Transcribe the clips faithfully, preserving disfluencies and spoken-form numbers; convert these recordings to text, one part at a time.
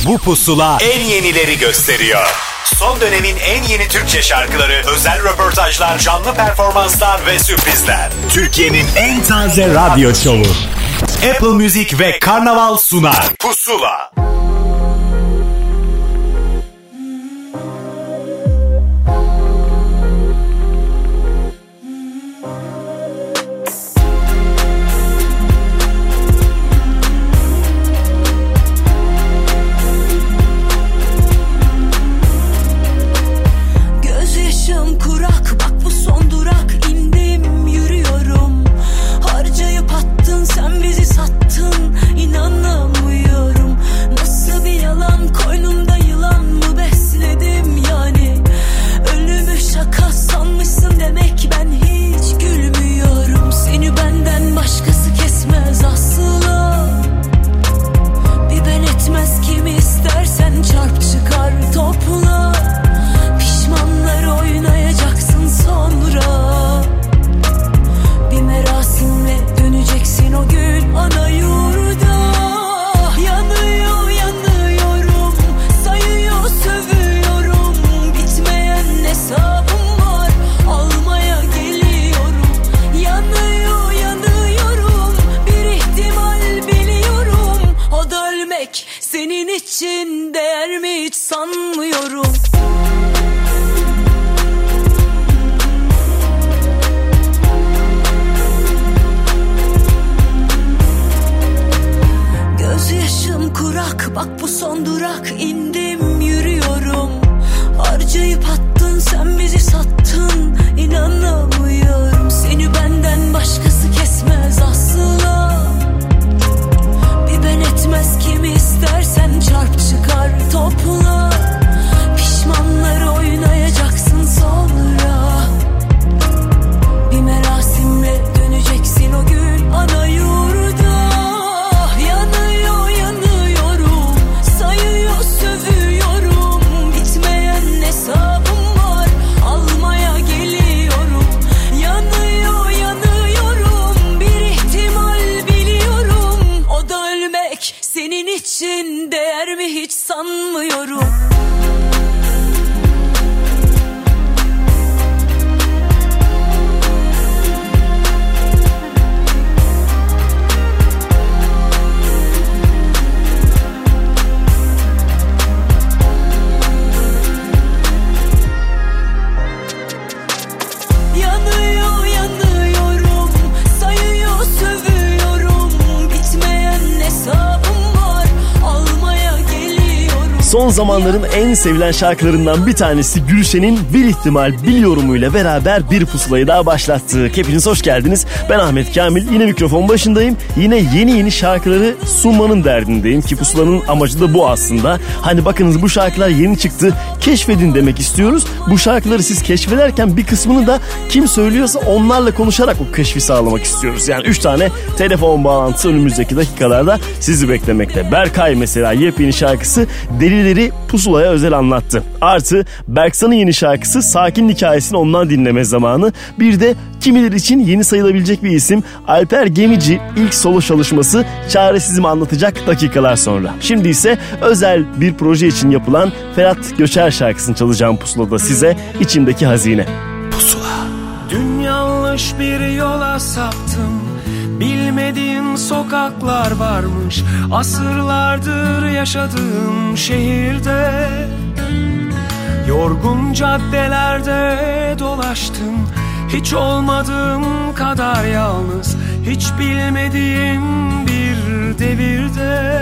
Bu pusula en yenileri gösteriyor. Son dönemin en yeni Türkçe şarkıları, özel röportajlar, canlı performanslar ve sürprizler. Türkiye'nin en taze radyo şovu. Apple Music ve Karnaval sunar. Pusula. Son zamanların en sevilen şarkılarından bir tanesi Gülşen'in Bir İhtimal Biliyorum'uyla beraber bir pusulayı daha başlattık. Hepiniz hoş geldiniz. Ben Ahmet Kamil. Yine mikrofon başındayım. Yine yeni yeni şarkıları sunmanın derdindeyim ki pusulanın amacı da bu aslında. Hani bakınız bu şarkılar yeni çıktı. Keşfedin demek istiyoruz. Bu şarkıları siz keşfederken bir kısmını da kim söylüyorsa onlarla konuşarak o keşfi sağlamak istiyoruz. Yani üç tane telefon bağlantısı önümüzdeki dakikalarda sizi beklemekte. Berkay mesela yepyeni şarkısı Delileri Pusula'ya özel anlattı. Artı Berksan'ın yeni şarkısı Sakin hikayesini ondan dinleme zamanı. Bir de kimileri için yeni sayılabilecek bir isim Alper Gemici ilk solo çalışması Çaresizimi anlatacak dakikalar sonra. Şimdi ise özel bir proje için yapılan Ferhat Göçer şarkısını çalacağım Pusula'da size. İçimdeki Hazine. Pusula. Dün yanlış bir yola saptım. Bilmediğim sokaklar varmış. Asırlardır yaşadığım şehirde. Yorgun caddelerde dolaştım. Hiç olmadığım kadar yalnız. Hiç bilmediğim bir devirde.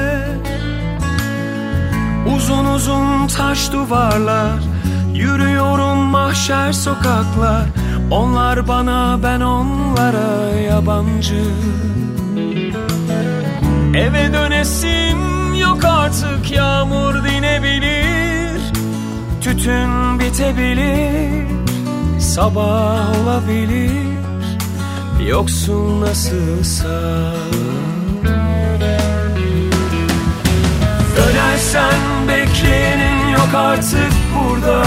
Uzun uzun taş duvarlar. Yürüyorum mahşer sokaklar. Onlar bana, ben onlara yabancı. Eve dönesim yok artık, yağmur dinebilir. Tütün bitebilir, sabah olabilir. Yoksun nasılsa. Dönersen bekleyenin yok artık burada.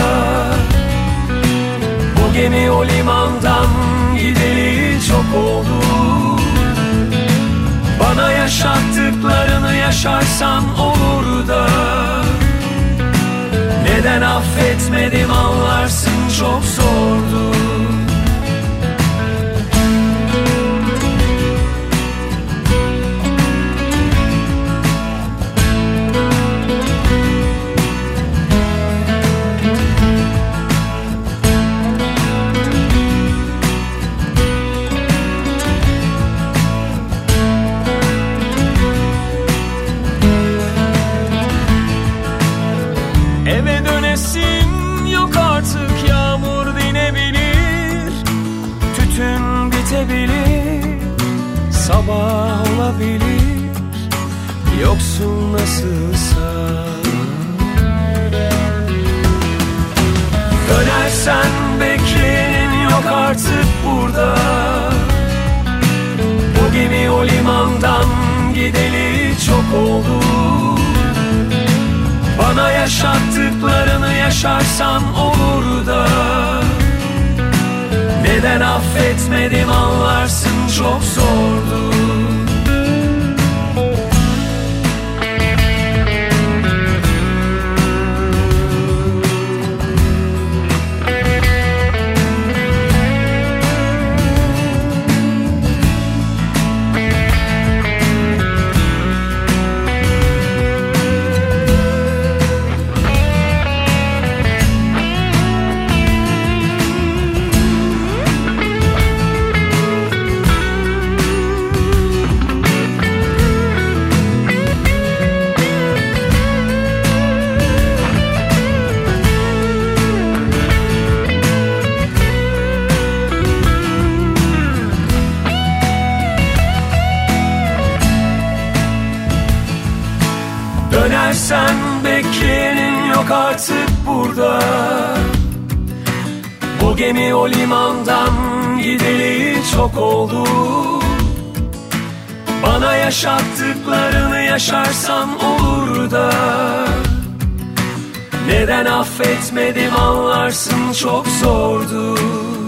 Bu gemi o limandan gideli çok oldu. Bana yaşattıklarını yaşarsan olur da. çok zordu. Eve dönesim yok artık, yağmur dinebilir, tütün bitebilir, sabah olabilir, yoksun nasılsa. Dönersen bekleyenin yok artık burada. Bu gemi o limandan gideli çok oldu. Bana yaşattıklarını yaşarsan olur da. Neden affetmedim anlarsın, çok zordu. Dönersen bekleyenin yok artık burada. Bu gemi o limandan gideli çok oldu. Bana yaşattıklarını yaşarsan olur da. Neden affetmedim anlarsın, çok zordu.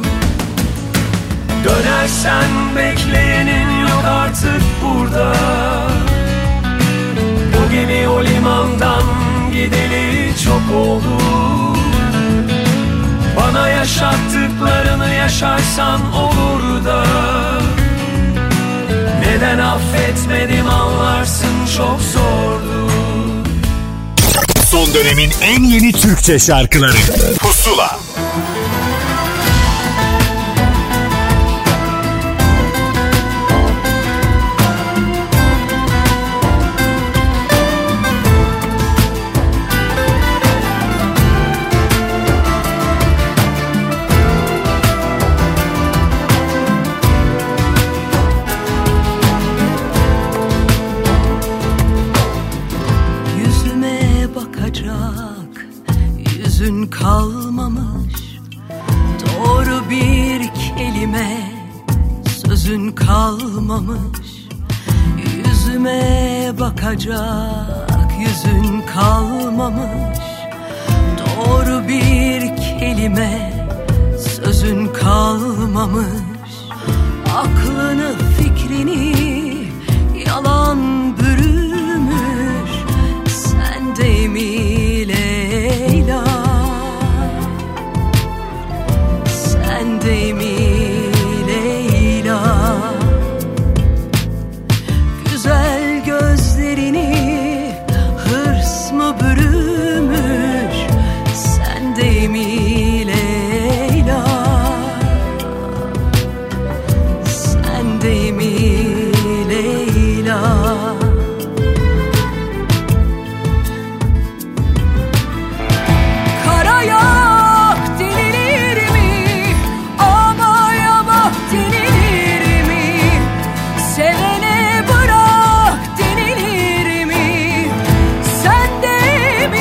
Dönersen bekleyenin yok artık burada. Bu gemi o limandan gideli çok oldu. Bana yaşattıklarını yaşarsan olur da. Neden affetmedim anlarsın, çok zordu. Son dönemin en yeni Türkçe şarkıları Pusula. Kalmamış doğru bir kelime, sözün kalmamış. Yüzüme bakacak yüzün kalmamış. Doğru bir kelime, sözün kalmamış. Aklını fikrini yalan bürümüş. Sen de mi Leyla? Sen de mi Leyla? Güzel gözlerini hırs mı bürümüş? Sen de mi Leyla? Sen de mi Leyla? Sevene bırak denilir mi? Sen de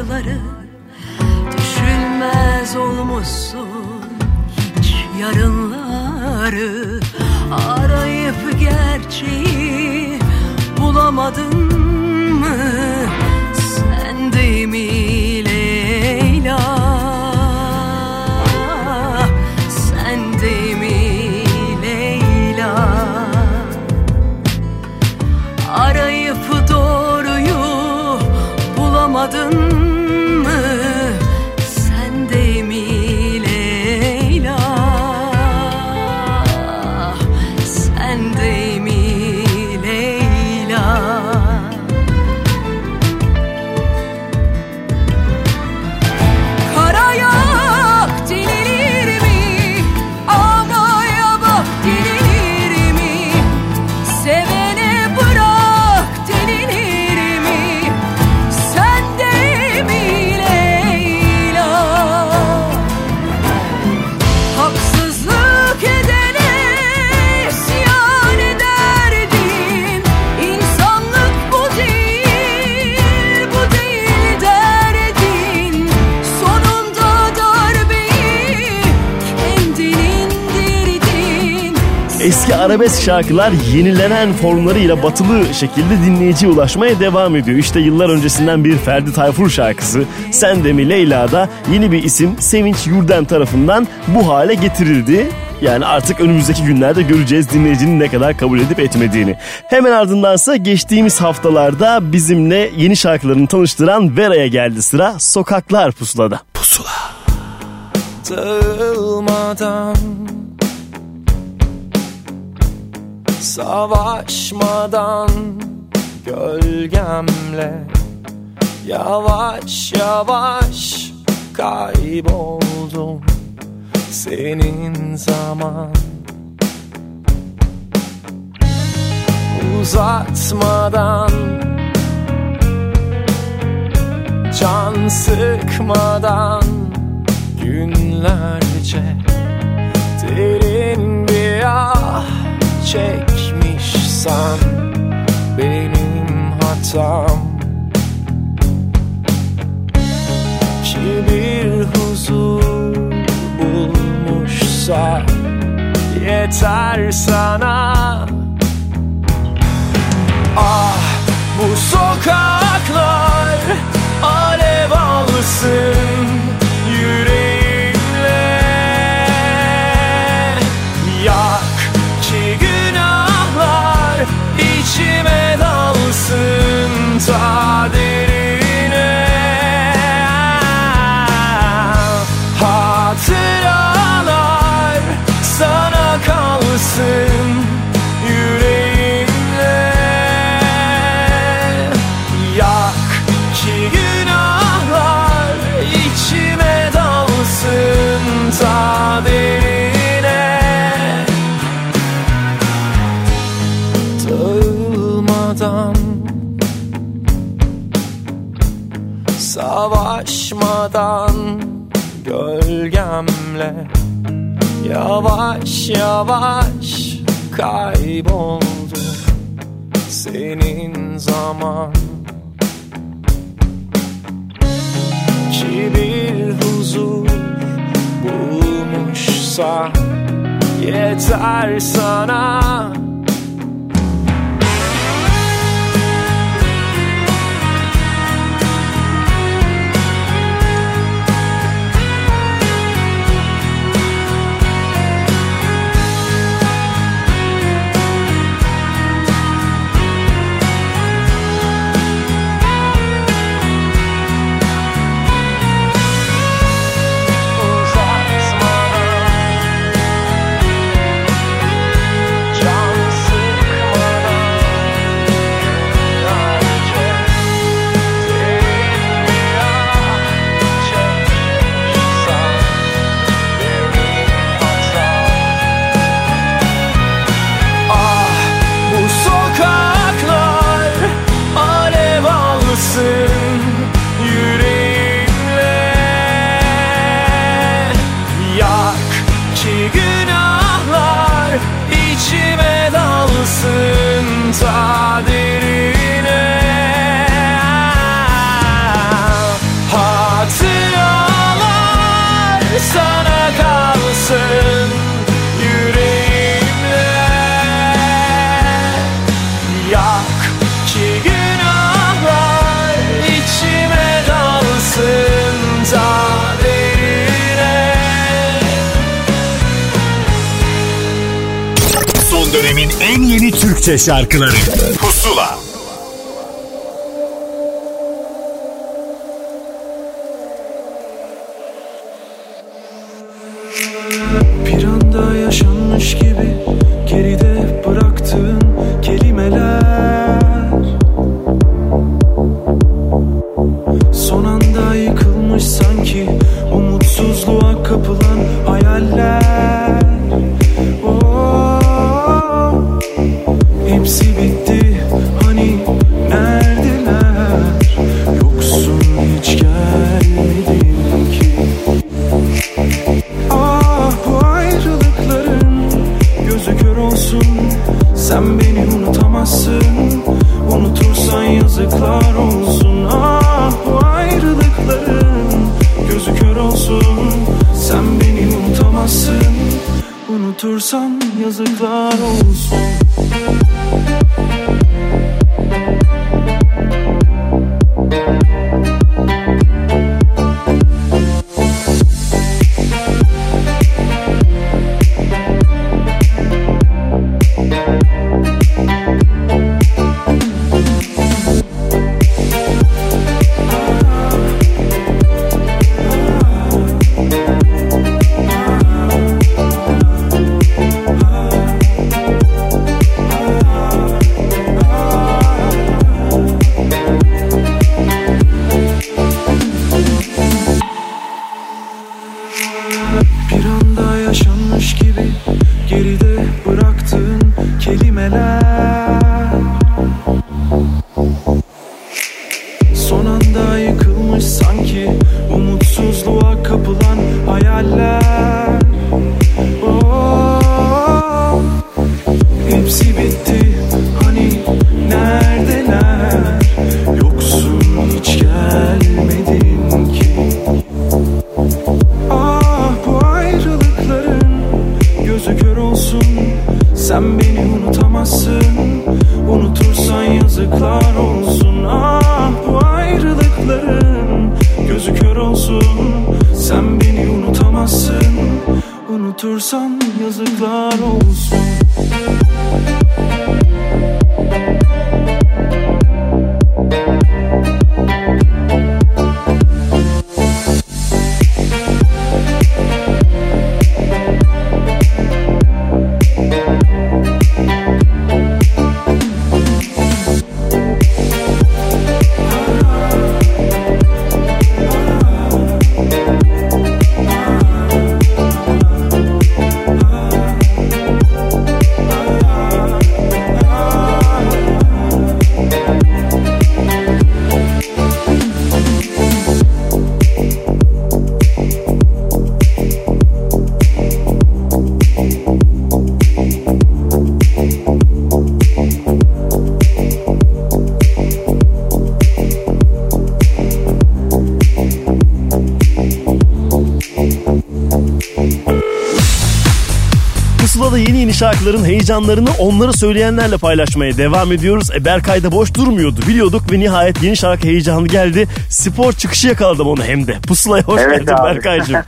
acıları. Düşünmez olmuşsun hiç yarınları. Arayıp gerçeği bulamadın mı? Sen de mi Leyla? Sen de mi Leyla? Arayıp doğruyu bulamadın mı? Sen de mi Leyla? Sen de mi Leyla? Karaya ak denilir mi? Ağlaya bak denilir mi? Sevene bırak denilir mi? Sen de mi Leyla? Haksızlık edene isyan ederdin. İnsanlık bu değil, bu değil derdin. Sonunda darbeyi kendin indirdin. Eski arabesk şarkılar yenilenen formlarıyla batılı şekilde dinleyiciye ulaşmaya devam ediyor. İşte yıllar öncesinden bir Ferdi Tayfur şarkısı Sen de mi Leyla'da yeni bir isim Sevinç Yurdem tarafından bu hale getirildi. Yani artık önümüzdeki günlerde göreceğiz dinleyicinin ne kadar kabul edip etmediğini. Hemen ardındansa geçtiğimiz haftalarda bizimle yeni şarkılarını tanıştıran Vera'ya geldi sıra. Sokaklar Pusula'da. Pusula. Dağılmadan, savaşmadan gölgemle yavaş yavaş kayboldum senin zaman. Uzatmadan, can sıkmadan günlerce derin bir ah çekmişsem benim hatam. Ki bir huzur bulmuşsa yeter sana. Ah, bu sokaklar alev alsın yüreğimle. Yak ki günahlar içime dalsın ta derine. Hatıralar sana kalsın yüreğimle. Yak ki günahlar içime dalsın ta derine. Dağılmadan, savaşmadan gölgemle yavaş yavaş kayboldu senin zaman. Ki bir huzur bulmuşsa yeter sana. Can yeni Türkçe şarkıları Pusula. Bir anda yaşanmış gibi geride bıraktığın kelimeler, son anda yıkılmış sanki umutsuzluğa kapılan hayaller. Oh, hepsi bitti, hani neredeler? Yoksun, hiç gelmedin ki. Ah, bu ayrılıkların gözü kör olsun, sen beni unutamazsın. Unutursan yazıklar olsun. Ah, bu ayrılıkların gözü kör olsun, sen beni unutamazsın. Unutursan yazıklar olsun. Pusula'da yeni yeni şarkıların heyecanlarını onları söyleyenlerle paylaşmaya devam ediyoruz. E, Berkay da boş durmuyordu, biliyorduk ve nihayet yeni şarkı heyecanı geldi. Spor çıkışı yakaladım onu hem de. Pusula'ya hoş evet geldin Berkay'cığım.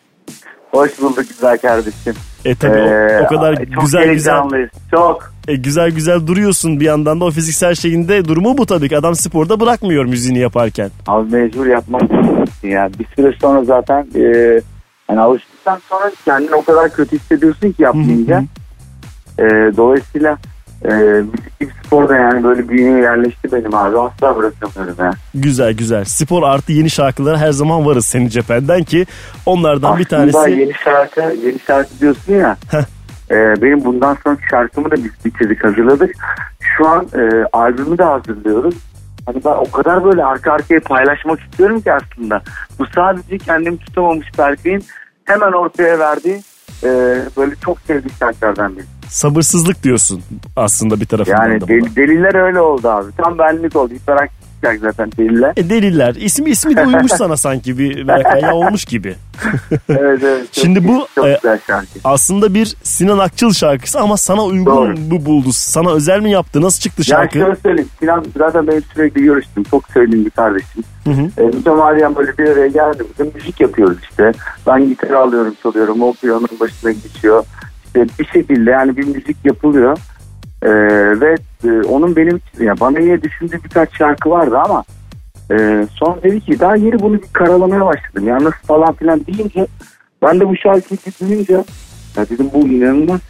Hoş bulduk güzel kardeşim. E tabii ee, o, o kadar çok güzel güzel. Çok. E, güzel güzel duruyorsun bir yandan da, o fiziksel şeyinde durumu bu tabii ki. Adam sporda bırakmıyor müziğini yaparken. Abi mecbur yapmak ya. Bir süre sonra zaten e, yani alıştıktan sonra kendini o kadar kötü hissediyorsun ki yapmayınca. e, dolayısıyla e, müzik gibi sporda yani böyle bünyeye yerleşti benim abi. Asla bırakamıyorum ya. Güzel güzel. Spor artı yeni şarkılara her zaman varız senin cephenden ki onlardan aslında bir tanesi. Aslında yeni şarkı, yeni şarkı diyorsun ya. e, benim bundan sonraki şarkımı da biz bitirdik, hazırladık. Şu an e, albümü de hazırlıyoruz. Hani ben o kadar böyle arka arkaya paylaşmak istiyorum ki aslında. Bu sadece kendimi tutamamış Berkay'ın hemen ortaya verdiği e, böyle çok sevdiğim şarkılardan biri. Sabırsızlık diyorsun aslında bir tarafından yani da. Yani deliler öyle oldu abi. Tam benlik oldu. Hiperaktif zaten deliler. E deliler. İsmi ismi de uymuş sana sanki bir Berkay'a olmuş gibi. Evet evet. Şimdi bu çok e, güzel şarkı. Aslında bir Sinan Akçıl şarkısı ama sana uygun bu buldu. Sana özel mi yaptı? Nasıl çıktı şarkı? Ya şöyle söyleyeyim. Sinan zaten benim sürekli görüştüm. Çok sevdiğim bir kardeşim. Hı hı. E, mütemadiyen böyle bir araya geldiğimizde müzik yapıyoruz işte. Ben gitarı alıyorum, çalıyorum. O piyanonun başına geçiyor. İşte bir şekilde yani bir müzik yapılıyor. Ee, ve e, onun benim yani bana yine düşündüğü birkaç şarkı vardı ama e, sonra dedi ki daha yeni bunu bir karalamaya başladım. Ya nasıl falan filan deyince ben de bu şarkıyı duyunca ya dedim bu inanılmaz.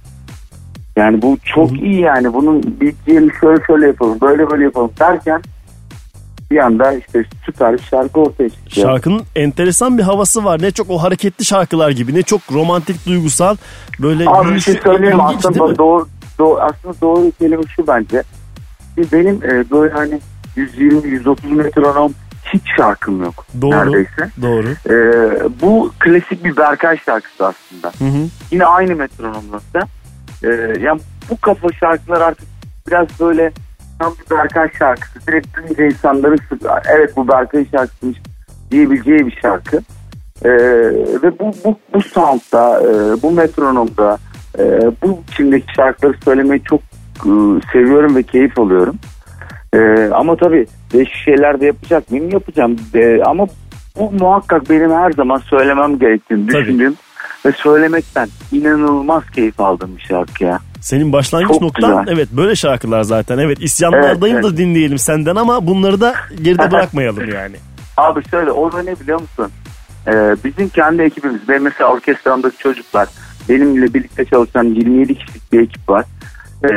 Yani bu çok Hı-hı. iyi yani bunun bir yerini şöyle şöyle yapalım böyle böyle yapalım derken bir anda işte süper bir şarkı ortaya çıktı. Şarkının enteresan bir havası var. Ne çok o hareketli şarkılar gibi ne çok romantik duygusal böyle. Abi bir şey söyleyeyim aslında doğru, doğru, aslında doğru kelime şu bence. Benim e, böyle hani yüz yirmi yüz otuz metronom hiç şarkım yok. Doğru. Neredeyse. Doğru. E, bu klasik bir Berkay şarkısı aslında. Hı hı. Yine aynı metronomlarda. E, yani bu kafa şarkılar artık biraz böyle tam bir Berkay şarkısı. Direkt duyunca insanların evet bu Berkay şarkısıymış diyebileceği bir şarkı. Ee, ve bu bu bu sound'da, e, bu metronomda, e, bu biçimdeki şarkıları söylemeyi çok e, seviyorum ve keyif alıyorum. E, ama tabii değişik şeyler de yapacak mıyım? Yapacağım. E, ama bu muhakkak benim her zaman söylemem gerektiğini tabii düşündüğüm ve söylemekten inanılmaz keyif aldığım bir şarkı ya. Senin başlangıç çok noktan güzel. Evet böyle şarkılar zaten. Evet isyanlardayım evet, da evet. dinleyelim senden ama bunları da geride bırakmayalım yani. Abi şöyle orada ne biliyor musun? Ee, bizim kendi ekibimiz. Benim mesela orkestramdaki çocuklar. Benimle birlikte çalışan yirmi yedi kişilik bir ekip var. Ee,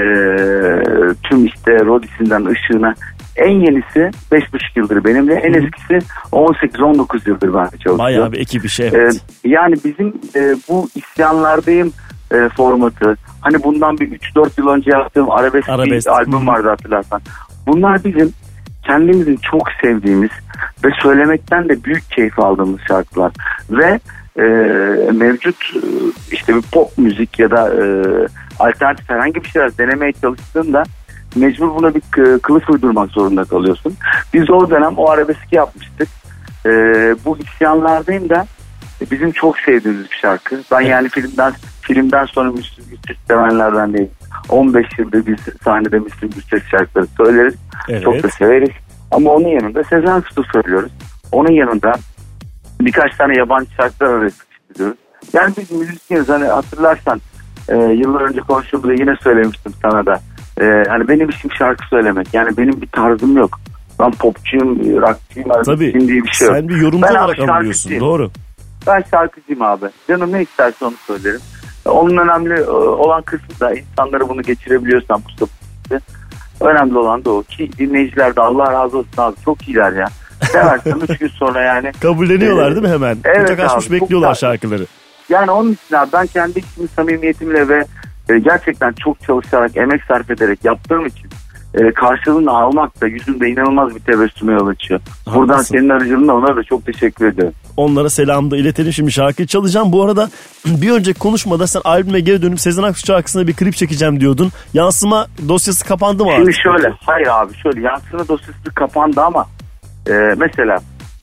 tüm işte Rodisi'nden ışığına. En yenisi beş buçuk yıldır benimle. En Hı-hı. eskisi on sekiz on dokuz yıldır benimle çalışıyor. Bayağı bir ekip işi evet. Ee, yani bizim e, bu isyanlardayım e, formatı. Hani bundan bir üç dört yıl önce yaptığım Arabesk, Arabesk. bir albüm vardı hatırlarsan. Bunlar bizim kendimizin çok sevdiğimiz ve söylemekten de büyük keyif aldığımız şarkılar. Ve e, mevcut işte bir pop müzik ya da e, alternatif herhangi bir şeyler denemeye çalıştığında mecbur buna bir kılıf uydurmak zorunda kalıyorsun. Biz o dönem o arabeski yapmıştık. E, bu isyanlardayım da bizim çok sevdiğimiz bir şarkı. Ben yani filmden filmden sonra Müslüm Gürses sevenlerden değil. on beş yıldır biz sahnede Müslüm Gürses şarkıları söyleriz. Evet. Çok da severiz. Ama onun yanında Sezen Aksu söylüyoruz. Onun yanında birkaç tane yabancı şarkılar arasında çıkıyoruz. Yani biz müzisyeniz hani hatırlarsan e, yıllar önce konuştuğumda yine söylemiştim sana da. E, hani benim işim şarkı söylemek. Yani benim bir tarzım yok. Ben popçuyum, rockçıyım, arabisiyim diye bir şey yok. Sen bir yorumcu ben olarak anlıyorsun. Doğru. Ben şarkıcıyım abi. Canım ne isterse onu söylerim. Onun önemli olan kısmı da insanlara bunu geçirebiliyorsam bu sohbeti. Önemli olan da o ki dinleyiciler de Allah razı olsun abi çok iyiler ya. Seversen üç gün sonra yani. Kabulleniyorlar değil mi hemen? Evet Kucak açmış abi, bekliyorlar şarkıları. Yani onun için abi ben kendi içimi samimiyetimle ve gerçekten çok çalışarak emek sarf ederek yaptığım için e, karşılığını almak da yüzünde inanılmaz bir tebessüme yol açıyor. Haklısın. Buradan senin aracılığında onlara da çok teşekkür ederim. Onlara selamı da iletelim. Şimdi şarkıyı çalacağım. Bu arada bir önceki konuşmada sen albüme geri dönüp Sezen Aksu şarkısına bir klip çekeceğim diyordun. Yansıma dosyası kapandı mı? Şimdi artık? şöyle hayır abi şöyle yansıma dosyası kapandı ama e, mesela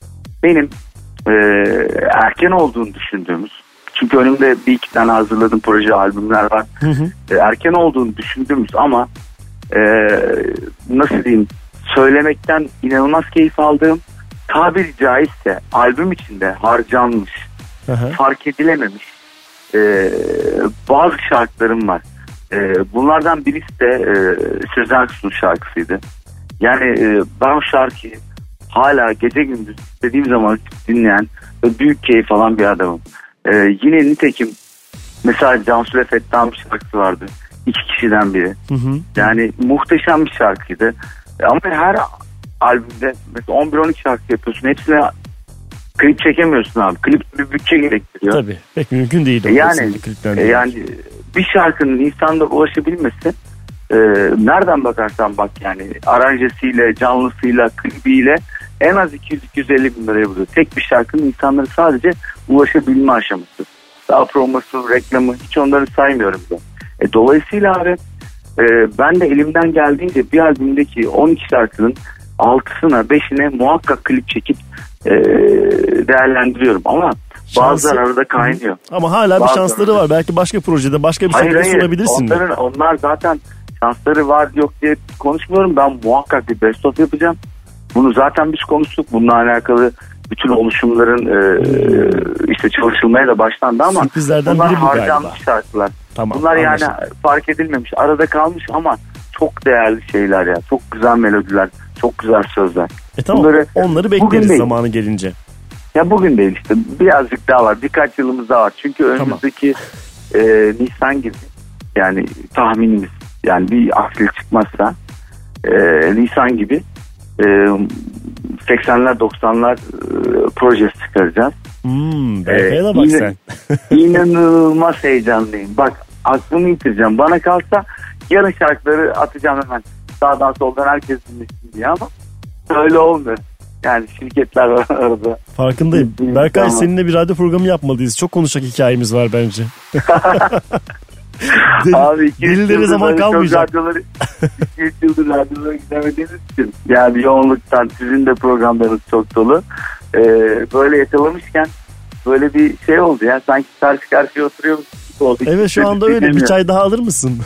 benim e, erken olduğunu düşündüğümüz çünkü önümde bir iki tane hazırladığım proje albümler var. Hı hı. E, erken olduğunu düşündüğümüz ama e, nasıl diyeyim söylemekten inanılmaz keyif aldığım tabiri caizse albüm içinde harcanmış, hı hı. fark edilememiş e, bazı şarkılarım var. E, bunlardan birisi de e, Sezen Aksu'nun şarkısıydı. Yani e, ben o şarkıyı hala gece gündüz istediğim zaman dinleyen ve büyük keyif alan bir adamım. Ee, yine nitekim mesela Cansu Fettah'ın bir şarkısı vardı. İki kişiden biri. Hı hı. Yani muhteşem bir şarkıydı. Ama her albümde mesela on bir on iki şarkı yapıyorsun. Hepsine klip çekemiyorsun abi. Klip bir bütçe gerektiriyor. Tabii. Pek mümkün değil. Yani, yani bir şarkının insanlara ulaşabilmesi e, nereden bakarsan bak yani aranjesiyle, canlısıyla, klibiyle en az iki yüz iki yüz elli bin liraya buluyor. Tek bir şarkının insanlara sadece ulaşabilme aşaması. Daha promosu, reklamı hiç onları saymıyorum ben. E, dolayısıyla abi e, ben de elimden geldiğince bir albümdeki on iki şarkının altısına beşine muhakkak klip çekip e, değerlendiriyorum ama bazıları arada kaynıyor. Ama hala bir şansları var. Belki başka projede başka bir şarkı sunabilirsin. Onların, onlar zaten şansları var yok diye konuşmuyorum. Ben muhakkak bir best of yapacağım. Bunu zaten biz konuştuk. Bununla alakalı bütün oluşumların e, işte çalışılmaya da başlandı ama sürprizlerden biri bu harcanmış şarkılar. Tamam, Bunlar yani anlaşıldı. fark edilmemiş, arada kalmış ama çok değerli şeyler ya. Çok güzel melodiler, çok güzel sözler. E tamam, Bunları, onları bekleriz zamanı gelince. Ya bugün değil işte, birazcık daha var, birkaç yılımız daha var. Çünkü önümüzdeki tamam. e, Nisan gibi, yani tahminimiz, yani bir aksilik çıkmazsa e, Nisan gibi e, seksenler doksanlar e, projesi çıkaracağız. Hmm, Berkay'a da bak ee, sen. İnanılmaz heyecanlıyım. Bak aklımı yitireceğim. Bana kalsa yarın şarkıları atacağım hemen. Sağdan soldan herkes dinlesin diye ama öyle olmuyor. Yani şirketler var arada. Farkındayım. Berkay tamam. Seninle bir radyo programı yapmalıyız. Çok konuşacak hikayemiz var bence. Deli, Abi delilere zaman kalmayacak. iki üç yıldır radyolara gidemediğimiz için yani yoğunluktan sizin de programlarınız çok dolu. Ee, böyle yakalamışken böyle bir şey oldu ya, sanki karşı karşıya oturuyormuş gibi oldu. Evet, şu anda öyle. Bir çay daha alır mısın?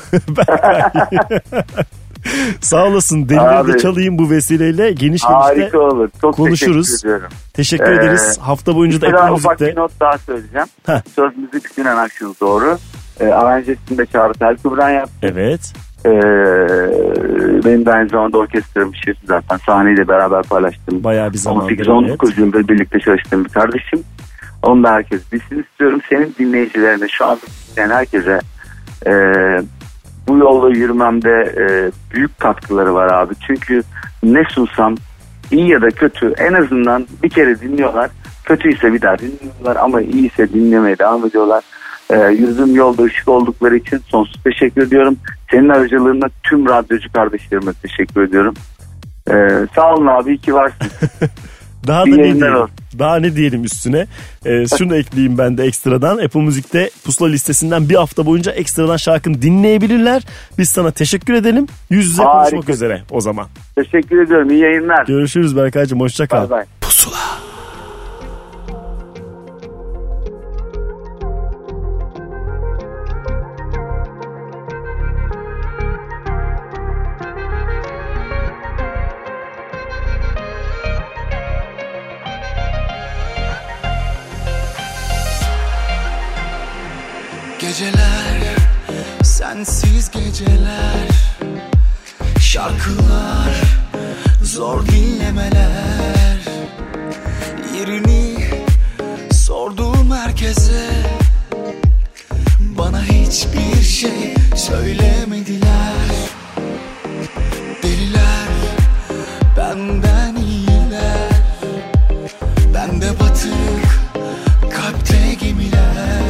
Sağ olasın. Delileri de çalayım bu vesileyle. Geniş genişte olur. Çok konuşuruz. Teşekkür ediyorum. Teşekkür ee, ederiz. Hafta boyunca da Apple Müzik'te. Ufak bir not daha söyleyeceğim. Heh. Söz müzik Günen Akşıl doğru. E, aranjesini de Çağrı Telkubran yaptı. Evet. E, benim de aynı zamanda orkestramı şiir zaten. Sahneyle beraber paylaştım. Bayağı bir zamandır. on sekiz on dokuz evet. yıldır birlikte çalıştığım bir kardeşim. Onu da herkes bilsin istiyorum. Senin dinleyicilerine, şu an dinleyen herkese e, bu yolda yürümemde e, büyük katkıları var abi. Çünkü ne sunsam, iyi ya da kötü, en azından bir kere dinliyorlar. Kötüyse bir daha dinliyorlar ama iyiyse dinlemeye devam ediyorlar. Ee, yürüdüğüm yolda ışık oldukları için sonsuz teşekkür ediyorum. Senin aracılığında tüm radyocu kardeşlerime teşekkür ediyorum. Ee, sağ olun abi, iyi ki varsın. Daha da ne diyelim, daha ne diyelim üstüne. Ee, şunu ekleyeyim ben de ekstradan. Apple Müzik'te Pusula listesinden bir hafta boyunca ekstradan şarkını dinleyebilirler. Biz sana teşekkür edelim. Yüz yüze Harika. Konuşmak üzere o zaman. Teşekkür ediyorum. İyi yayınlar. Görüşürüz Berkay'cığım. Hoşça kal. Bye bye. Pusula. Geceler, sensiz geceler, şarkılar, zor dinlemeler, yerini sorduğum herkese bana hiçbir şey söylemediler. Deliler benden iyiler, bende batık kalpte gemiler.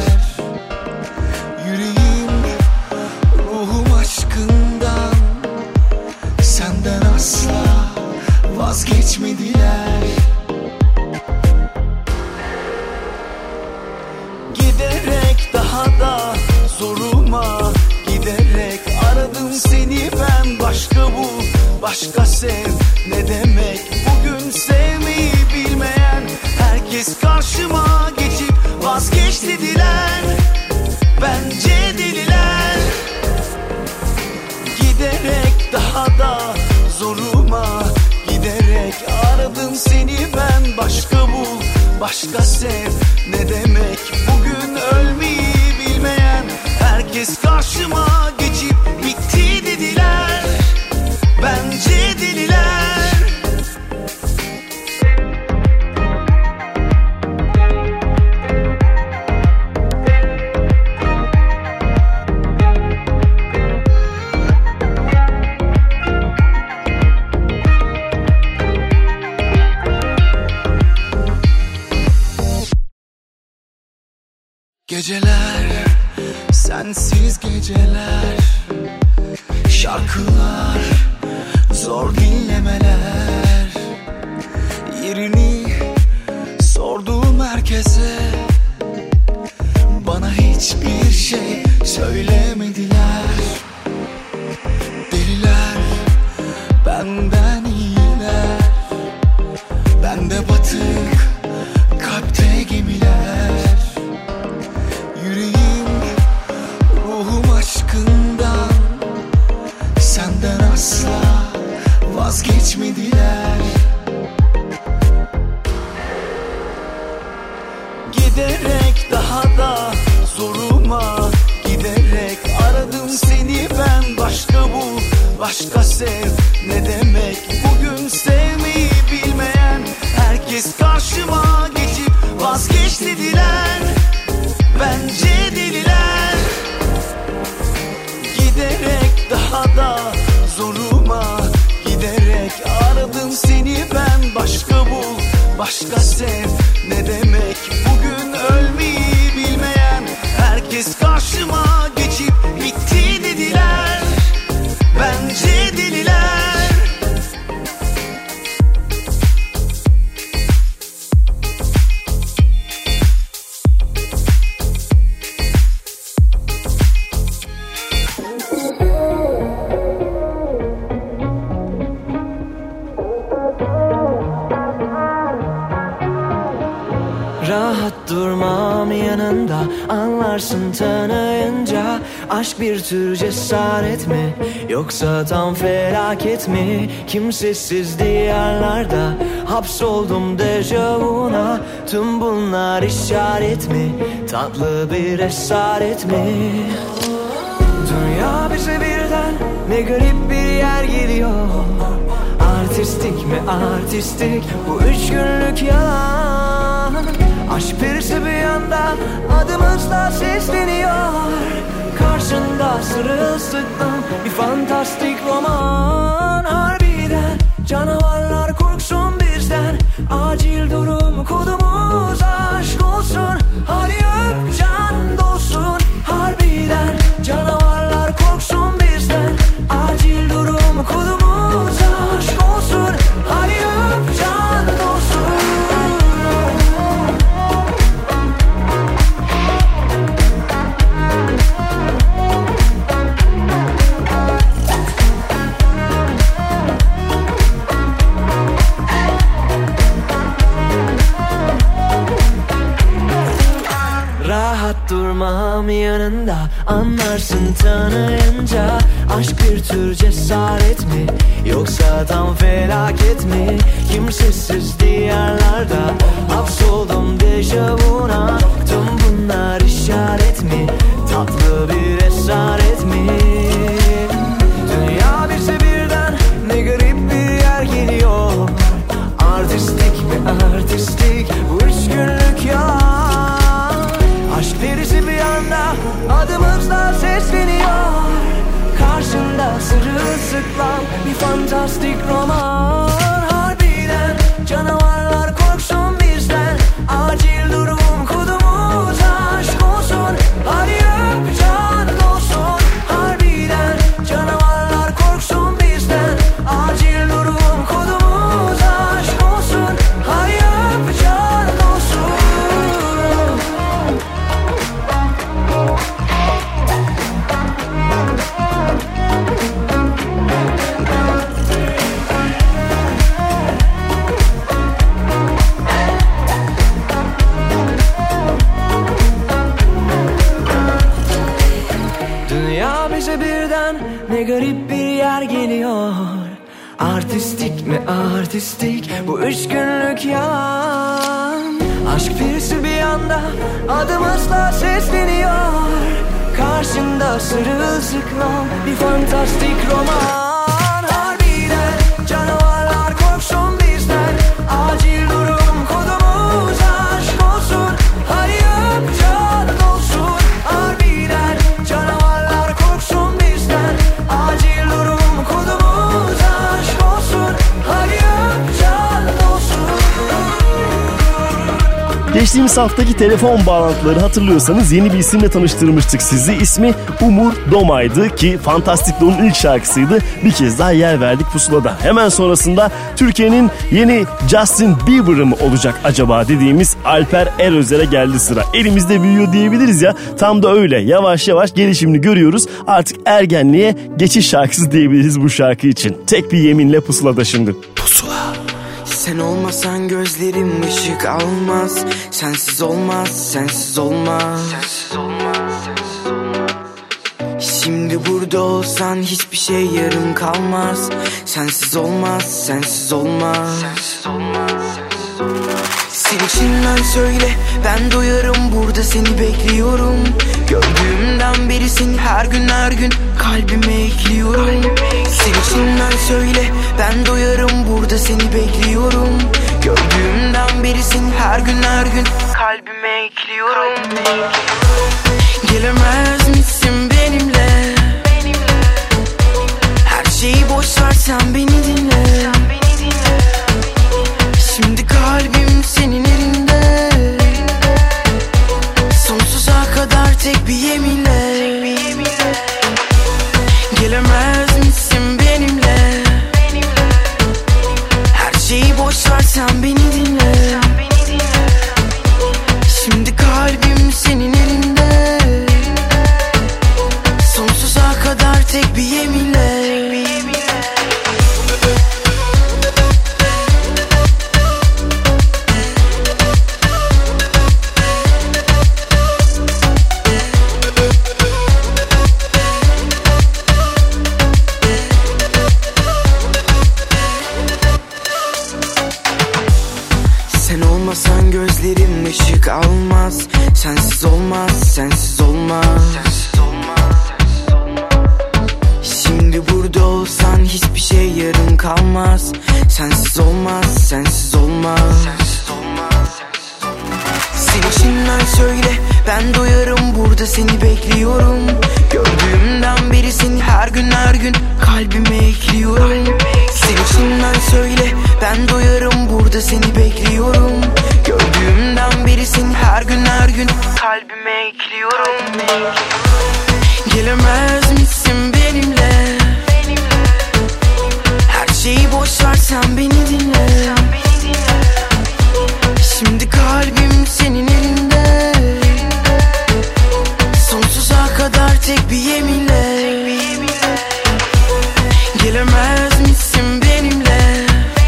Yüreğim, ruhum aşkından, senden asla vazgeçmediler. Giderek daha da zoruma giderek aradım seni ben, başka bul, başka sev ne demek? Bugün sevmeyi bilmeyen herkes karşıma geçip vazgeç dediler. Bence deliler. Giderek daha da zoruma giderek aradım seni ben, başka bul, başka sev ne demek? Bugün ölmeyi bilmeyen herkes karşıma geçip bitti dediler. Bence deliler. Geceler, sensiz geceler, şarkılar, zor dinlemeler, yerini sorduğum herkese bana hiçbir şey söylemediler. Deliler benden iyiler, bende batık kalpte gemiler. Yüreğim, ruhum aşkından, senden asla vazgeçmediler. başka bul, başka sev. Ne demek bugün ölmeyi bilmeyen? Herkes karşıma geçip bitti dediler. Bence deliler. Rahat durmam yanında, anlarsın tanıyınca. Aşk bir tür cesaret mi, yoksa tam felaket mi? Kimsesiz diyarlarda hapsoldum dejavuna. Tüm bunlar işaret mi, tatlı bir esaret mi? Dünya bize birden ne garip bir yer geliyor. Artistik mi artistik bu üç günlük yalan. Aşk perisi bir yanda adımızla sesleniyor. Karşında sırılsıklam bir fantastik roman. Harbiden canavarlar korksun bizden. Acil durum kodumuz aşk olsun. Hadi öp can dolsun. Harbiden canavarlar korksun bizden. Acil durum kodumuz aşk olsun. Hadi öp can dolsun. Rahat durmam yanında, anlarsın tanıyınca. Aşk bir tür cesaret mi, yoksa tam felaket mi? Kimsesiz diyarlarda hapsoldum dejavuna. Tüm bunlar işaret mi, tatlı bir esaret mi? Dünya bize birden ne garip bir yer geliyor. Artistik mi artistik bu üç günlük yalan. Aşk derisi bir anda adımızla sesleniyor. Karşında sırılsıklam bir fantastik roman. Harbiden canavarlar korksun bizden. Acil durum kodumuz aşk olsun. Hadi öp can dolsun. Harbiden canavarlar korksun bizden. Acil durum kodumuz aşk olsun. Hadi öp can dolsun. Dünya bize birden ne garip bir yer geliyor. Artistik mi artistik bu üç günlük yalan. Aşk perisi bir anda adımızla sesleniyor. Karşında sırılsıklam bir fantastik roman. Harbiden canavarlar korksun bizden. Acil durum kodumuz aşk olsun. Hadi öp can dolsun. Harbiden canavarlar korksun bizden. Acil durum kodumuz aşk olsun. Hadi öp can dolsun. Geçtiğimiz haftaki telefon bağlantıları hatırlıyorsanız yeni bir isimle tanıştırmıştık sizi. İsmi Umur Doma'ydı ki Fantastic Do'nun ilk şarkısıydı. Bir kez daha yer verdik pusulada. Hemen sonrasında Türkiye'nin yeni Justin Bieber'ı mı olacak acaba dediğimiz Alper Erözer'e geldi sıra. Elimizde büyüyor diyebiliriz ya. Tam da öyle. Yavaş yavaş gelişimini görüyoruz. Artık ergenliğe geçiş şarkısı diyebiliriz bu şarkı için. Tek bir yeminle pusulada şimdi. Pusula. Sen olmasan gözlerim ışık almaz. Sensiz olmaz, sensiz olmaz. Sensiz olmaz, sensiz olmaz. Şimdi burada olsan hiçbir şey yarım kalmaz. Sensiz olmaz, sensiz olmaz. Sensiz olmaz, sensiz olmaz. Sen içinden söyle, ben doyarım, burada seni bekliyorum. Gördüğümden beri seni her gün her gün kalbime ekliyorum. Sen içinden söyle, ben doyarım, burada seni bekliyorum. Gördüğümden beri seni her gün her gün kalbime ekliyorum. Gelemez misin benimle? Her şeyi boş ver, sen beni dinle. sen beni dinle. Şimdi kalbim senin elinde. Sonsuza kadar tek bir yeminle. Sen gözlerim ışık almaz. Sensiz olmaz, sensiz olmaz, sensiz olmaz. Şimdi burada olsan hiçbir şey yarım kalmaz. Sensiz olmaz, sensiz olmaz, sensiz olmaz. Sen içinden söyle, ben doyarım, burada seni bekliyorum. Gördüğümden beri seni her gün her gün kalbime ekliyorum. Sen içinden söyle, ben doyarım, burada seni bekliyorum. Gördüğümden beri seni her gün her gün kalbime ekliyorum. Gelemez misin benimle? Her şeyi boş ver, sen beni dinle. Şimdi kalbim senin elinde. Sonsuza kadar tek bir yeminle. Gelemez misin benimle?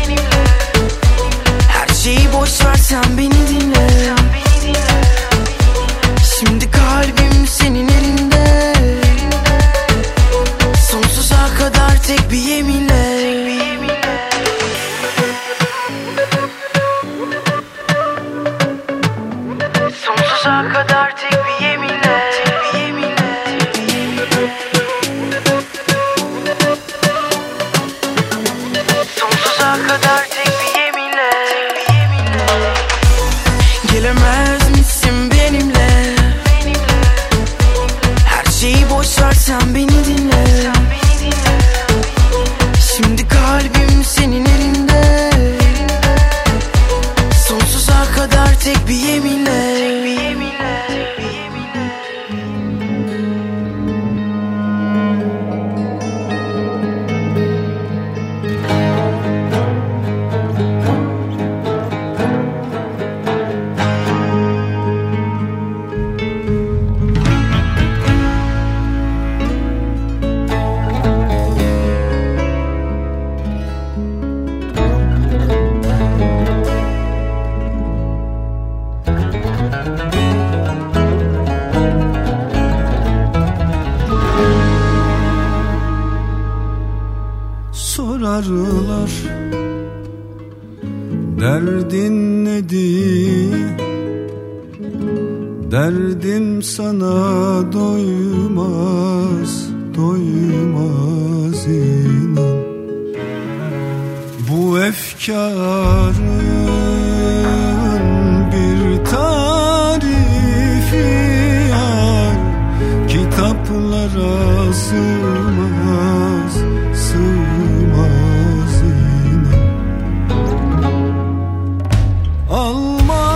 Her şeyi boş ver, sen beni dinle. Şimdi kalbim senin elinde. Sonsuza kadar tek bir yeminle. Sonsuza kadar tek bir yeminle. Sonsuza kadar tek bir yeminle. Gelemez misin benimle? Her şeyi boş ver, sen beni dinle. Şimdi kalbim senin elinde. Sonsuza kadar tek bir yeminle. Sorarlar derdin nedir? Derdim sana doymaz, doymaz inan. Bu efkarın bir tarifi var, kitaplara sığmaz, sığmaz inan. Alma,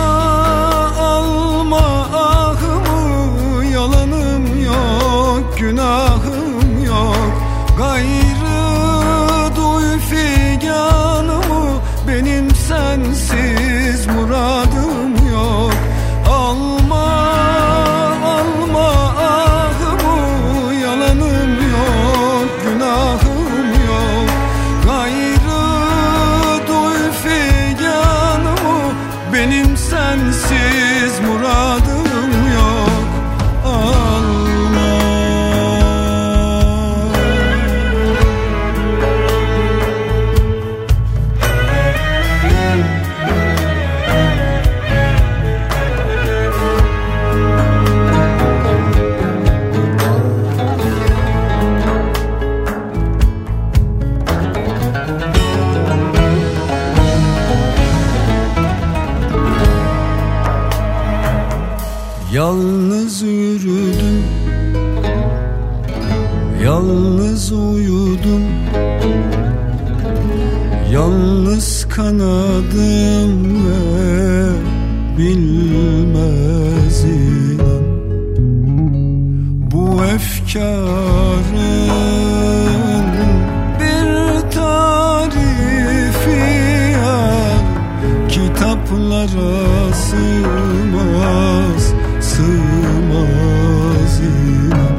alma ahımı, yalanım yok, günahım yok. Gayrı duy figanımı, benim sensiz muradım yok. Alma, alma ahımı, yalanım yok, günahım yok. Gayrı duy figanımı, benim sensiz muradım yok. Alma. Yalnız yürüdüm, yalnız uyudum, yalnız kanadım ve bilmez inan. Bu efkarın bir tarifi var, yollara sığmaz, sığmaz inan.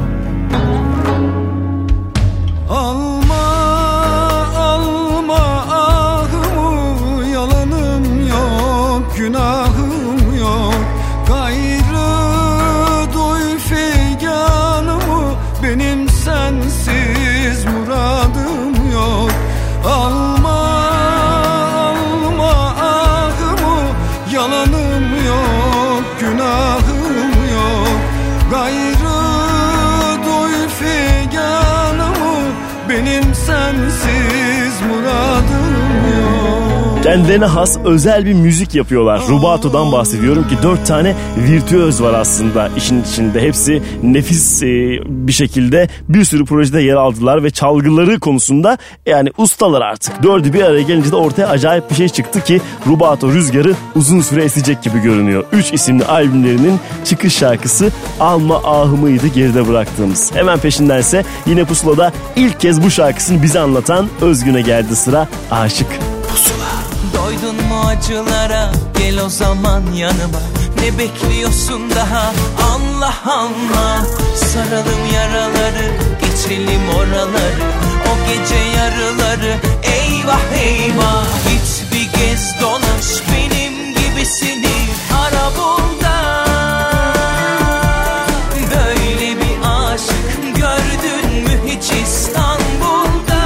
Alma, alma ahımı, yalanım yok, günahım yok. Gayrı duy figanımı, benim sensiz muradım yok. Alma, alma ahımı, yalanım yok, günahım yok. Gayrı duy figanımı, benim sensiz muradım yok. Kendilerine has özel bir müzik yapıyorlar. Rubato'dan bahsediyorum ki dört tane virtüöz var aslında işin içinde. Hepsi nefis e, bir şekilde bir sürü projede yer aldılar ve çalgıları konusunda yani ustalar artık. Dördü bir araya gelince de ortaya acayip bir şey çıktı ki Rubato rüzgarı uzun süre esecek gibi görünüyor. Üç isimli albümlerinin çıkış şarkısı Alma Ahımı'ydı geride bıraktığımız. Hemen peşindense yine Pusula'da ilk kez bu şarkısını bize anlatan Özgün'e geldi sıra. Aşık. Doydun mu acılara, gel o zaman yanıma. Ne bekliyorsun daha, Allah Allah. Saralım yaraları, geçelim oraları. O gece yarıları, eyvah eyvah. Git bir gez dolaş, benim gibisini ara bul da. Böyle bir aşık gördün mü hiç İstanbul'da?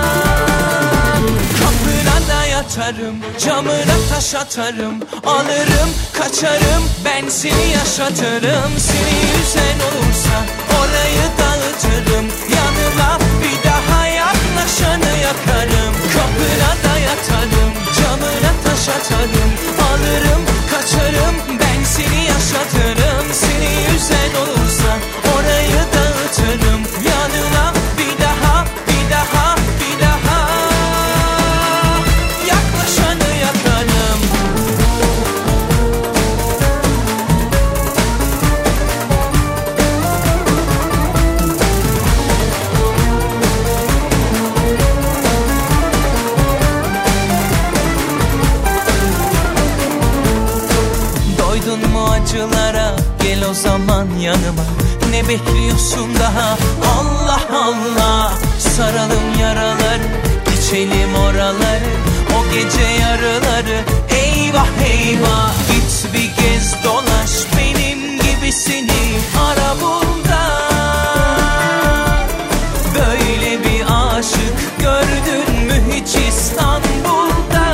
Kapına da yatarım, camına taş atarım. Alırım, kaçarım, ben seni yaşatırım. Seni üzen olursa orayı dağıtırım. Yanıma bir daha yaklaşanı yakarım. Kapına da yatarım, camına taş atarım. Alırım, kaçarım, ben seni yaşatırım. Seni üzen olursa orayı dağıtırım. Yanıma bir daha, bir daha, bir daha yaklaşanı yakarım. Doydun mu acılara, gel o zaman yanıma. Ne bekliyorsun daha, Allah Allah. Saralım yaraları, geçelim oraları. O gece yarıları, eyvah eyvah. Git bir gez dolaş, benim gibisini ara bul da. Böyle bir aşık gördün mü hiç İstanbul'da?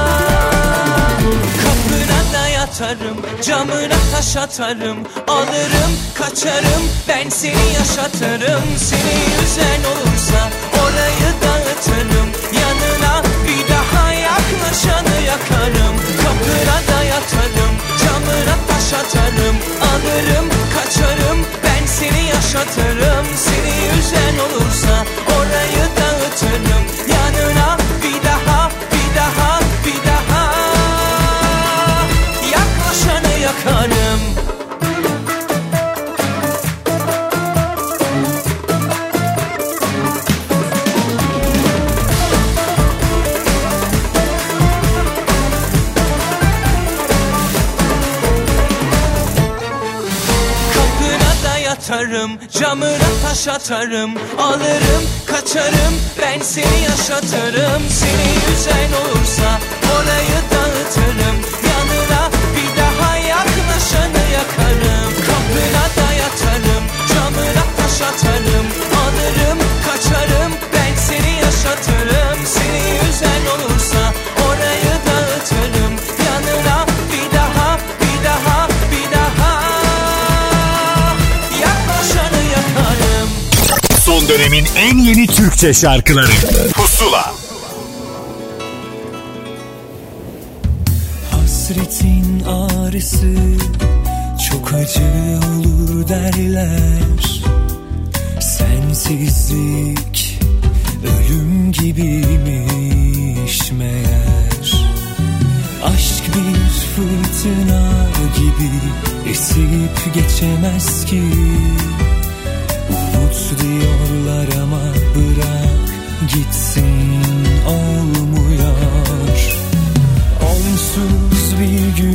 Kapına da yatarım, camına taş atarım. Alırım, kaçarım, ben seni yaşatırım. Seni üzen olursa orayı dağıtırım. Yanına bir daha yaklaşanı yakarım. Kapına da yatarım, camına taş atarım. Alırım, kaçarım, ben seni yaşatırım. Seni üzen olursa orayı dağıtırım. Yanına bir daha, bir daha, bir daha yaklaşanı yakarım. Yatarım, camına taş atarım. Alırım, kaçarım, ben seni yaşatırım. Seni üzen olursa orayı dağıtırım. Yanına bir daha yaklaşanı yakarım. Kapına da yatarım, camına taş atarım. Alırım, kaçarım, ben seni yaşatırım. Seni üzen olursa orayı dağıtırım. Yanına bir daha, bir daha, bir daha Son dönemin en yeni Türkçe şarkıları Pusula. Hasretin ağrısı çok acı olur derler. Sensizlik ölüm gibiymiş meğer. Aşk bir fırtına gibi esip geçemez ki. Umut diyorlar ama bırak gitsin olmuyor. Onsuz bir gün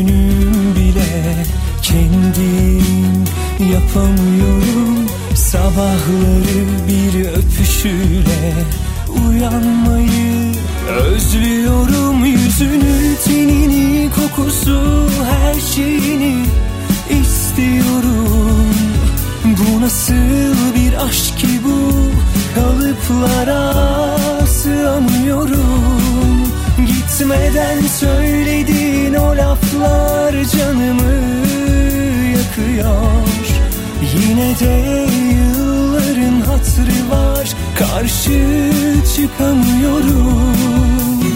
Sabahları bir öpüşüyle uyanmayı özlüyorum. Yüzünü, tenini, kokusu, her şeyini istiyorum. Bu nasıl bir aşk ki bu, kalıplara sığamıyorum. Gitmeden söylediğin o laflar canımı yakıyor. Yine de yılların hatırı var, karşı çıkamıyorum.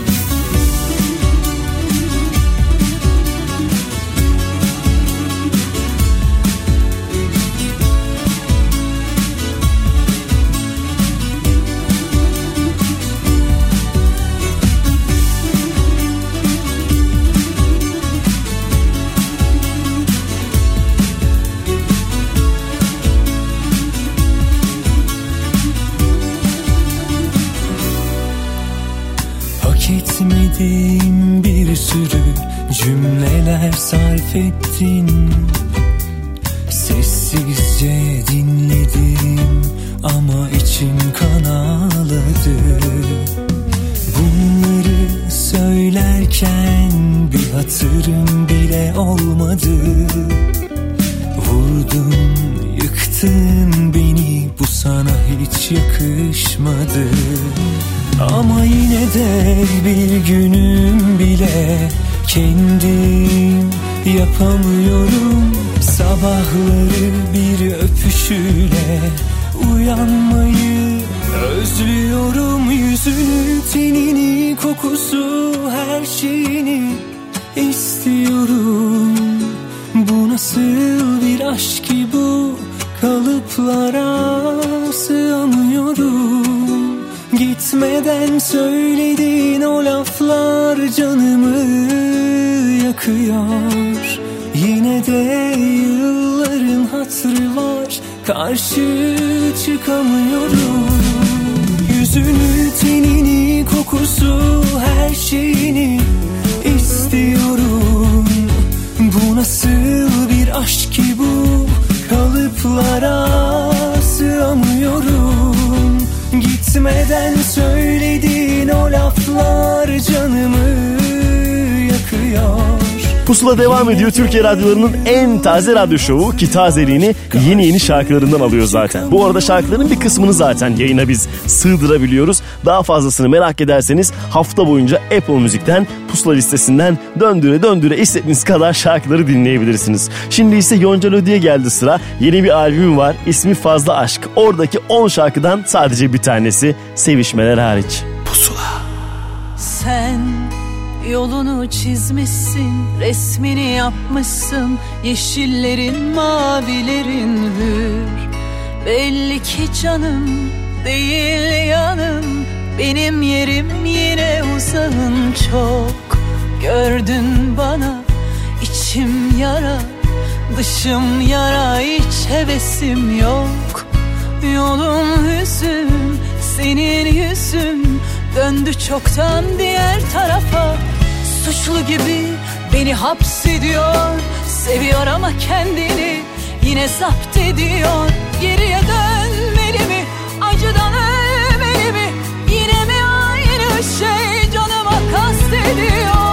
Etmediğim bir sürü cümleler sarf ettin. Sessizce dinledim ama içim kan ağladı. Bunları söylerken bir hatırım bile olmadı. Vurdun, yıktın beni, bu sana hiç yakışmadı. Ama yine de bir günüm bile kendim yapamıyorum. Sabahları bir öpüşüyle uyanmayı özlüyorum. Yüzünü, tenini, kokusu, her şeyini istiyorum. Bu nasıl bir aşk ki bu, kalıplara sığamıyorum. Gitmeden söylediğin o laflar canımı yakıyor. Yine de yılların hatırı var, karşı çıkamıyorum. Yüzünü, tenini, kokusu, her şeyini istiyorum. Bu nasıl bir aşk ki bu, kalıplara sığamıyorum. Gitmeden söylediğin o laflar canımı yakıyor. Pusula devam ediyor. Türkiye radyolarının en taze radyo şovu ki tazeliğini yeni yeni şarkılarından alıyor zaten. Bu arada şarkıların bir kısmını zaten yayına biz sığdırabiliyoruz. Daha fazlasını merak ederseniz hafta boyunca Apple Müzik'ten, Pusula listesinden döndüre döndüre istediğiniz kadar şarkıları dinleyebilirsiniz. Şimdi ise Yonca Lodi'ye geldi sıra. Yeni bir albüm var. İsmi Fazla Aşk. Oradaki on şarkıdan sadece bir tanesi, Sevişmeler hariç. Pusula. Sen yolunu çizmişsin, resmini yapmışsın, yeşillerin, mavilerin hür. Belli ki canım değil yanın, benim yerim yine uzağın çok. Gördün bana içim yara, dışım yara, hiç hevesim yok. Yolum hüzün, senin yüzün döndü çoktan diğer tarafa. Suçlu gibi beni hapsediyor, seviyor ama kendini yine zapt ediyor. Geriye dönmeli mi, acıdan ölmeli mi, yine mi aynı şey canıma kastediyor.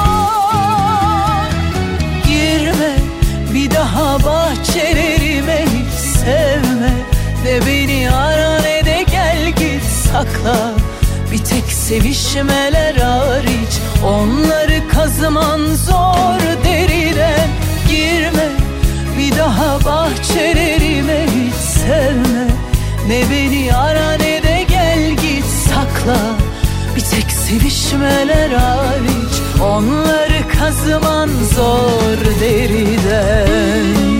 Girme bir daha bahçelerime, hiç sevme, de beni ara ne de gel git sakla. Bir tek sevişmeler hariç, onları kazıman zor deriden. Girme bir daha bahçelerime, hiç sevme, ne beni ara ne de gel git sakla. Bir tek sevişmeler hariç, onları kazıman zor deriden.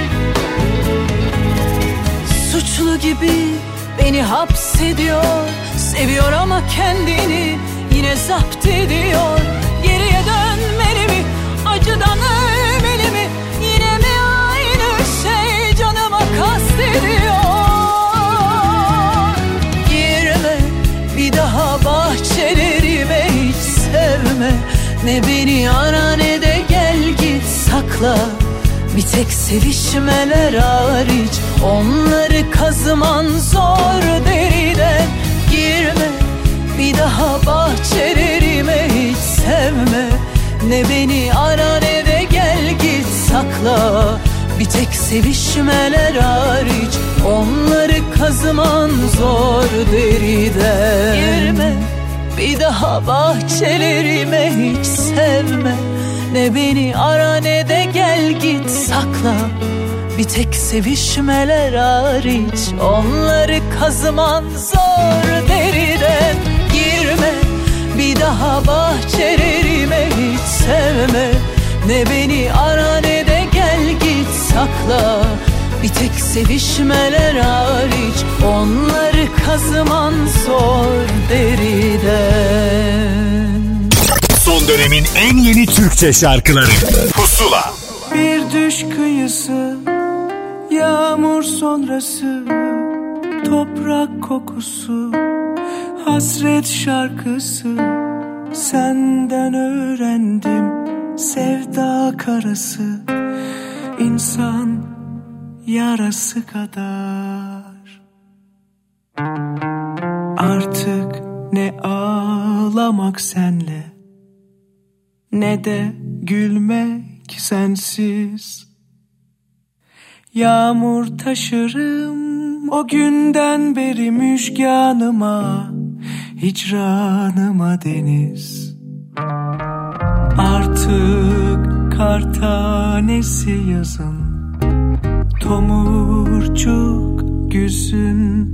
Gibi beni hapsediyor, Seviyor ama kendini yine zapt ediyor. Geriye dönmeli mi, acıdan ölmeli mi? Yine mi aynı şey canıma kastediyor? Girme bir daha bahçelerime, hiç sevme. Ne beni ara ne de gel git sakla. Bir tek sevişmeler hariç, onları kazıman zor deriden. Girme bir daha bahçelerime, hiç sevme. Ne beni ara ne de gel git sakla. Bir tek sevişmeler hariç, onları kazıman zor deriden. Girme bir daha bahçelerime, hiç sevme. Ne beni ara ne de gel git sakla. Bir tek sevişmeler hariç, onları kazıman zor deriden. Girme bir daha bahçelerime, hiç sevme. Ne beni ara ne de gel git sakla. Bir tek sevişmeler hariç, onları kazıman zor deriden. Son dönemin en yeni Türkçe şarkıları Pusula. Bir düş kıyısı, yağmur sonrası, toprak kokusu, hasret şarkısı. Senden öğrendim sevda karası, insan yarası kadar. Artık ne ağlamak senle, ne de gülmek sensiz. Yağmur taşırım o günden beri müjganıma, hicranıma deniz. Artık kar tanesi yazın, tomurcuk güzün.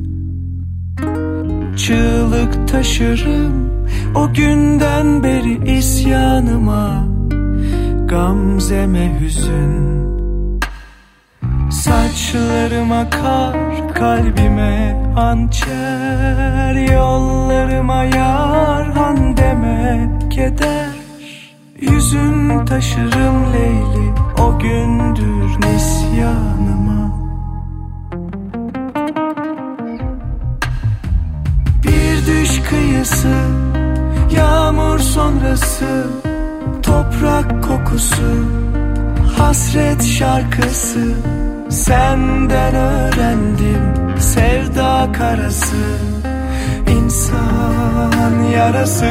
Çığlık taşırım o günden beri isyanıma, gamzeme hüzün. Saçlarıma kar, kalbime hançer, yollarıma yar, handeme keder. Yüzün taşırım Leyli o gündür nisyanıma. Bir düş kıyısı, yağmur sonrası, toprak kokusu, hasret şarkısı. Senden öğrendim sevda karası, insan yarası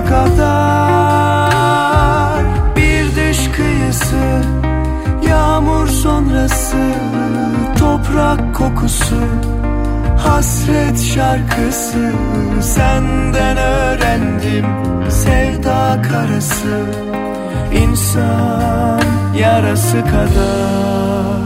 kadar. Bir düş kıyısı, yağmur sonrası, toprak kokusu, hasret şarkısı. Senden öğrendim sevda karası, insan yarası kadar.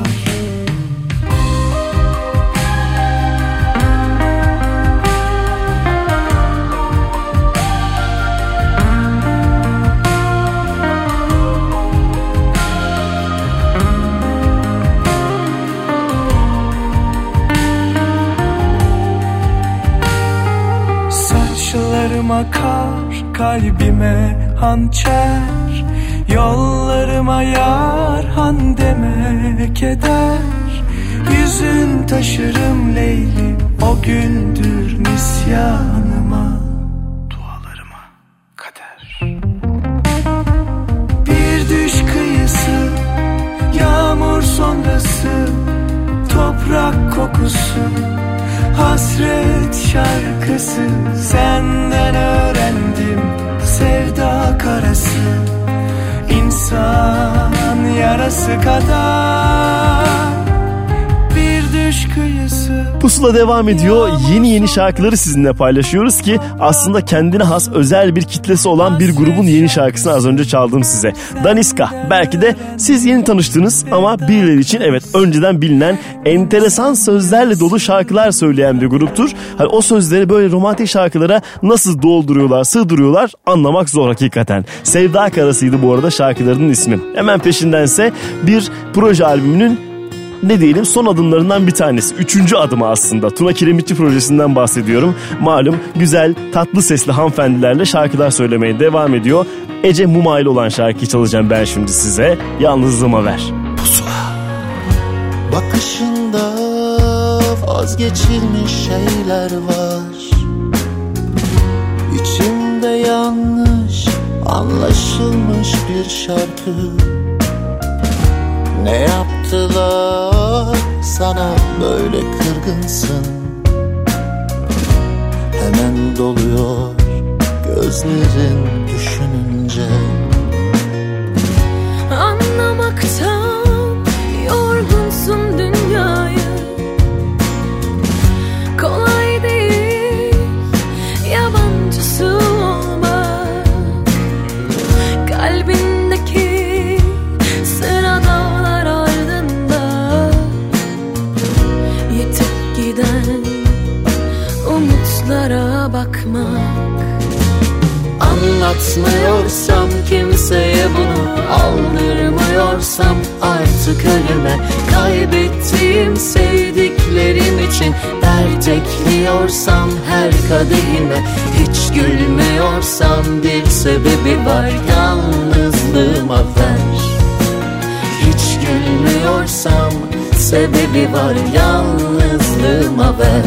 Saçlarıma kar, kalbime hançer, yollarıma yar, handeme keder. Yüzün taşırım Leyli o gündür nisyanıma, dualarıma kader. Bir düş kıyısı, yağmur sonrası, toprak kokusu, hasret şarkısı. Senden öğrendim sevda karası, insan yarası kadar. Bir düş kıyısı. Pusula devam ediyor. Yeni yeni şarkıları sizinle paylaşıyoruz ki aslında kendine has özel bir kitlesi olan bir grubun yeni şarkısını az önce çaldım size. Daniska. Belki de siz yeni tanıştınız ama birileri için evet önceden bilinen enteresan sözlerle dolu şarkılar söyleyen bir gruptur. Hani o sözleri böyle romantik şarkılara nasıl dolduruyorlar, sığdırıyorlar anlamak zor hakikaten. Sevda Karası'ydı bu arada şarkılarının ismi. Hemen peşindense bir proje albümünün ne diyelim son adımlarından bir tanesi. Üçüncü adımı aslında. Tuna Kiremitçi projesinden bahsediyorum. Malum güzel tatlı sesli hanımefendilerle şarkılar söylemeye devam ediyor. Ece Muma ile olan şarkıyı çalacağım ben şimdi size. Yalnızlığıma ver. Pusula. Bakışında vazgeçilmiş şeyler var. İçimde yanlış anlaşılmış bir şarkı. Ne yaptılar sana böyle kırgınsın? Hemen doluyor gözlerin düşününce. Anlamaktan yorgunsun dünyayı. Kolay değil yabancısı olmak. Kalbindeki sıralar ardında yitip giden umutlara bakmak. Anlatmıyorsam kimseye bunu, aldırmıyorsam artık ölüme, kaybettiğim sevdiklerim için dert ekliyorsam her kadehime, hiç gülmüyorsam bir sebebi var, yalnızlığıma ver. Hiç gülmüyorsam sebebi var, yalnızlığıma ver.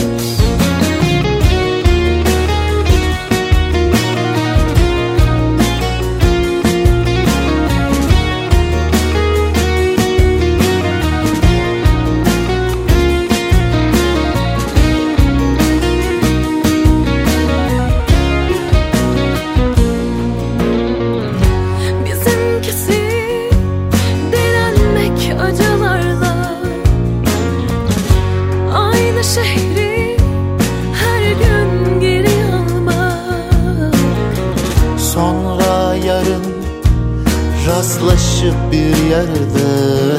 Rastlaşıp bir yerde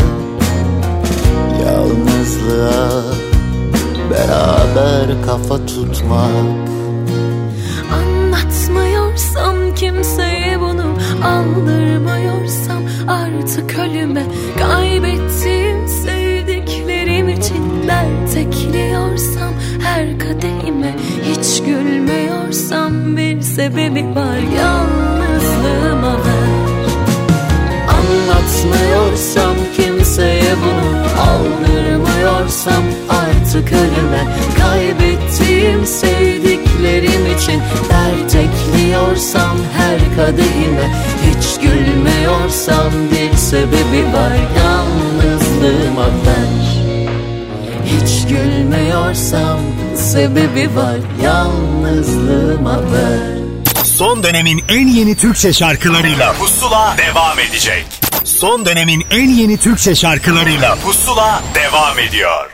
yalnızlığa beraber kafa tutmak. Anlatmıyorsam kimseye bunu, aldırmıyorsam artık ölüme, kaybettiğim sevdiklerim için dert ekliyorsam her kadehime, hiç gülmüyorsam bir sebebi var, yalnızlığıma ver. Anlatmıyorsam kimseye bunu, aldırmıyorsam artık ölüme, kaybettiğim sevdiklerim için dert ekliyorsam her kadehime, hiç gülmüyorsam bir sebebi var, yalnızlığıma ver. Hiç gülmüyorsam sebebi var, yalnızlığıma ver. Son dönemin en yeni Türkçe şarkılarıyla Pusula devam edecek. Son dönemin en yeni Türkçe şarkılarıyla Pusula devam ediyor.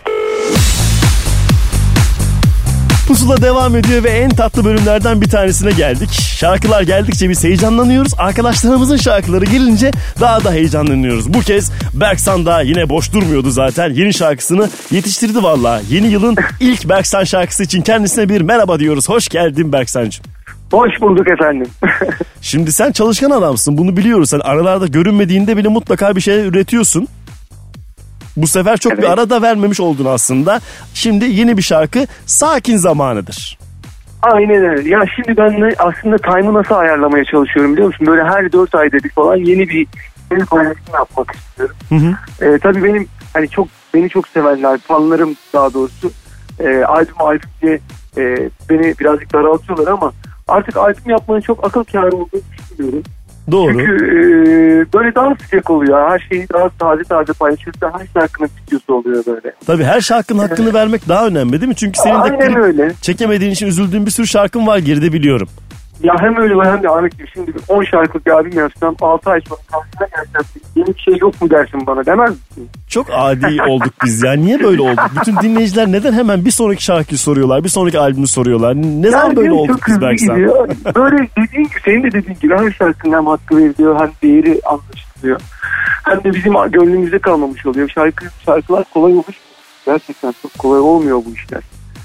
Pusula devam ediyor ve en tatlı bölümlerden bir tanesine geldik. Şarkılar geldikçe biz heyecanlanıyoruz. Arkadaşlarımızın şarkıları gelince daha da heyecanlanıyoruz. Bu kez Berksan da yine boş durmuyordu zaten. Yeni şarkısını yetiştirdi vallahi. Yeni yılın ilk Berksan şarkısı için kendisine bir merhaba diyoruz. Hoş geldin Berksancığım. Hoş bulduk efendim. Şimdi sen çalışkan adamsın, bunu biliyoruz. Sen aralarda görünmediğinde bile mutlaka bir şey üretiyorsun. Bu sefer çok evet. bir ara da vermemiş oldun aslında. Şimdi yeni bir şarkı, Sakin Zamanıdır. Aynen öyle. Ya şimdi ben de aslında time'ı nasıl ayarlamaya çalışıyorum biliyor musun? Böyle her dört ayda bir falan yeni bir yeni paylaşım yapmak istiyorum. Hı hı. Ee, tabii benim hani çok beni çok sevenler, fanlarım daha doğrusu e, albüm albüm diye e, beni birazcık daraltıyorlar ama artık albüm yapmanın çok akıl kârı olduğunu düşünüyorum. Doğru. Çünkü e, böyle daha sıcak oluyor. Her şeyi daha taze taze paylaşırsa her şarkının videosu oluyor böyle. Tabii her şarkının hakkını evet. vermek daha önemli değil mi? Çünkü senin Aynen de öyle. çekemediğin için üzüldüğün bir sürü şarkın var geride, biliyorum. Ya hem öyle var hem de Ahmetciğim, şimdi on şarkılık bir albüm yapsam altı ay sonra karşına gelsem yeni bir şey yok mu dersin bana, demez misin? Çok adi olduk biz ya. Niye böyle olduk? Bütün dinleyiciler neden hemen bir sonraki şarkıyı soruyorlar, bir sonraki albümü soruyorlar? Ne yani zaman böyle olduk biz Berksan? Böyle dediğin gibi, senin de dediğin gibi her şarkının hem hakkı veriliyor hem değeri anlaşılıyor. Hem de bizim gönlümüzde kalmamış oluyor. Şarkı, şarkılar kolay olmuş. Gerçekten çok kolay olmuyor bu işler.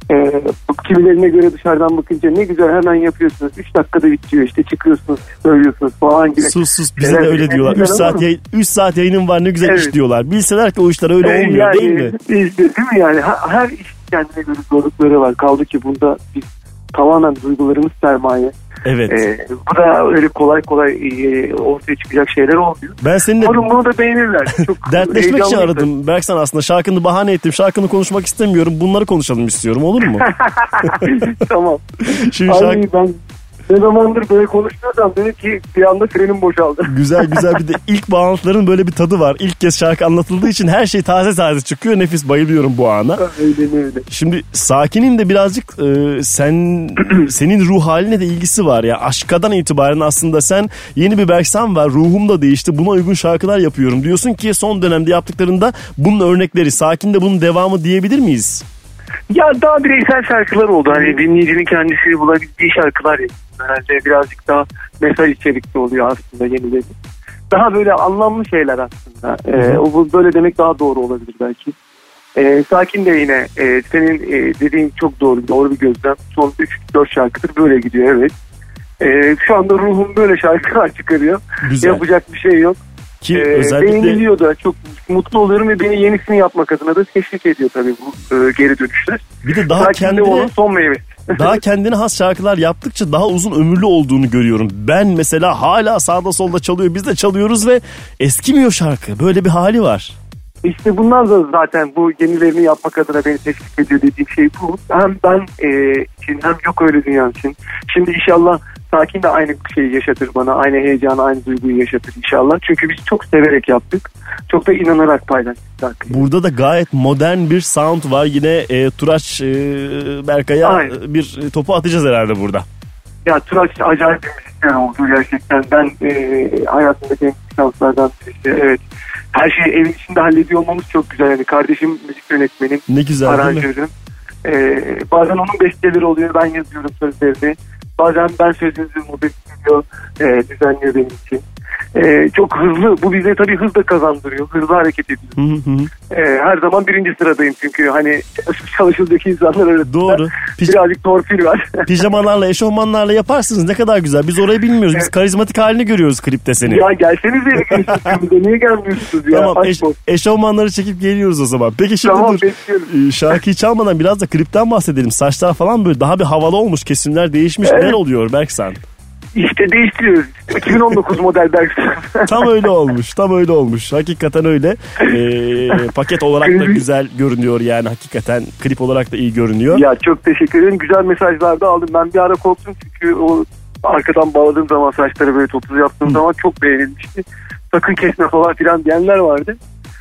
Ee, kimilerine göre dışarıdan bakınca ne güzel hemen yapıyorsunuz. üç dakikada bitiyor işte çıkıyorsunuz söylüyorsunuz falan gibi. Sus sus bize de öyle diyorlar. üç saat yayın, üç saat yayının var ne güzel evet. iş diyorlar. Bilseler ki o işler öyle ee, olmuyor yani, değil mi? Işte, değil mi yani? Her iş kendine göre zorlukları var. Kaldı ki bunda biz tamamen duygularımız sermaye. Evet. Ee, bu da öyle kolay kolay e, ortaya çıkacak şeyler olmuyor. Ben seninle umarım bunu da beğenirler. Çok dertleşmek için aradım. Berksan aslında şarkını bahane ettim. Şarkını konuşmak istemiyorum. Bunları konuşalım istiyorum. Olur mu? Tamam. Şimdi Abi şarkı... ben ne zamandır böyle konuşmuyorsam dedim ki bir anda frenim boşaldı. Güzel güzel bir de ilk bağlantıların böyle bir tadı var. İlk kez şarkı anlatıldığı için her şey taze taze çıkıyor. Nefis, bayılıyorum bu ana. Öyle öyle. Şimdi Sakin'in de birazcık e, sen senin ruh haline de ilgisi var ya. Aşkadan itibaren aslında sen yeni bir Berksan var. Ruhum da değişti. Buna uygun şarkılar yapıyorum. Diyorsun ki son dönemde yaptıklarında bunun örnekleri. Sakin'de bunun devamı diyebilir miyiz? Ya daha bireysel şarkılar oldu. Hani dinleyicinin kendisi bulabildiği şarkılar yapıyor. Herhalde birazcık daha mesaj içerikli oluyor aslında yenileri. Daha böyle anlamlı şeyler aslında. Ee, o böyle demek daha doğru olabilir belki. Ee, Sakin de yine e, senin e, dediğin çok doğru, doğru bir gözlem. Son üç dört şarkıdır böyle gidiyor evet. Ee, şu anda ruhum böyle şarkılar çıkarıyor. Güzel. Yapacak bir şey yok. Ki ee, özellikle... Beğeniliyor da çok mutlu oluyorum ve beni yenisini yapmak adına da teşvik ediyor tabii bu e, geri dönüşler. Bir de daha Sakin kendine... de onun son meyvesi. Daha kendine has şarkılar yaptıkça daha uzun ömürlü olduğunu görüyorum. Ben mesela hala sağda solda çalıyor. Biz de çalıyoruz ve eskimiyor şarkı. Böyle bir hali var. İşte bundan da zaten bu yenilerini yapmak adına beni teşvik ediyor dediğim şey bu. Hem ben e, için hem Yok Öyle Dünya için. Şimdi inşallah Sakin de aynı şeyi yaşatır bana. Aynı heyecanı, aynı duyguyu yaşatır inşallah. Çünkü biz çok severek yaptık. Çok da inanarak paylaştık şarkıyı. Burada da gayet modern bir sound var. Yine e, Turaç e, Berkay'a bir topu atacağız herhalde burada. Ya Turaç acayip bir müzisyen oldu gerçekten. Ben e, hayatımdaki en şanslardan birisi. Evet. Her şeyi evin içinde hallediyor olmamız çok güzel. Yani kardeşim müzik yönetmenim. Ne güzel aranjörüm. Ee, bazen onun besteleri oluyor. Ben yazıyorum sözlerini. Bazen ben sözünüzü muhabbet ediyor. E, düzenliyor benim için. E, çok hızlı. Bu bize tabii hız da kazandırıyor. Hızlı hareket ediyoruz. E, her zaman birinci sıradayım çünkü hani çalışılacak insanlar arasında doğru. Pij- birazcık torpil var. Pijamalarla, eşofmanlarla yaparsınız. Ne kadar güzel. Biz orayı bilmiyoruz. Biz karizmatik halini görüyoruz klipte seni. Ya gelsenize. Niye gelmiyorsunuz ya? Tamam eş- eşofmanları çekip geliyoruz o zaman. Peki şimdi tamam, dur. Bekliyorum. Şarkıyı çalmadan biraz da klipten bahsedelim. Saçlar falan böyle daha bir havalı olmuş. Kesimler değişmiş. Evet. Ne oluyor Berksan? İşte değiştiriyoruz. iki bin on dokuz model Berksan. Tam öyle olmuş. Tam öyle olmuş. Hakikaten öyle. Ee, paket olarak da güzel görünüyor yani. Hakikaten klip olarak da iyi görünüyor. Ya çok teşekkür ederim. Güzel mesajlar da aldım. Ben bir ara korktum çünkü o arkadan bağladığım zaman saçları böyle topuz yaptığım Hı. zaman çok beğenilmişti. Sakın kesme falan filan diyenler vardı.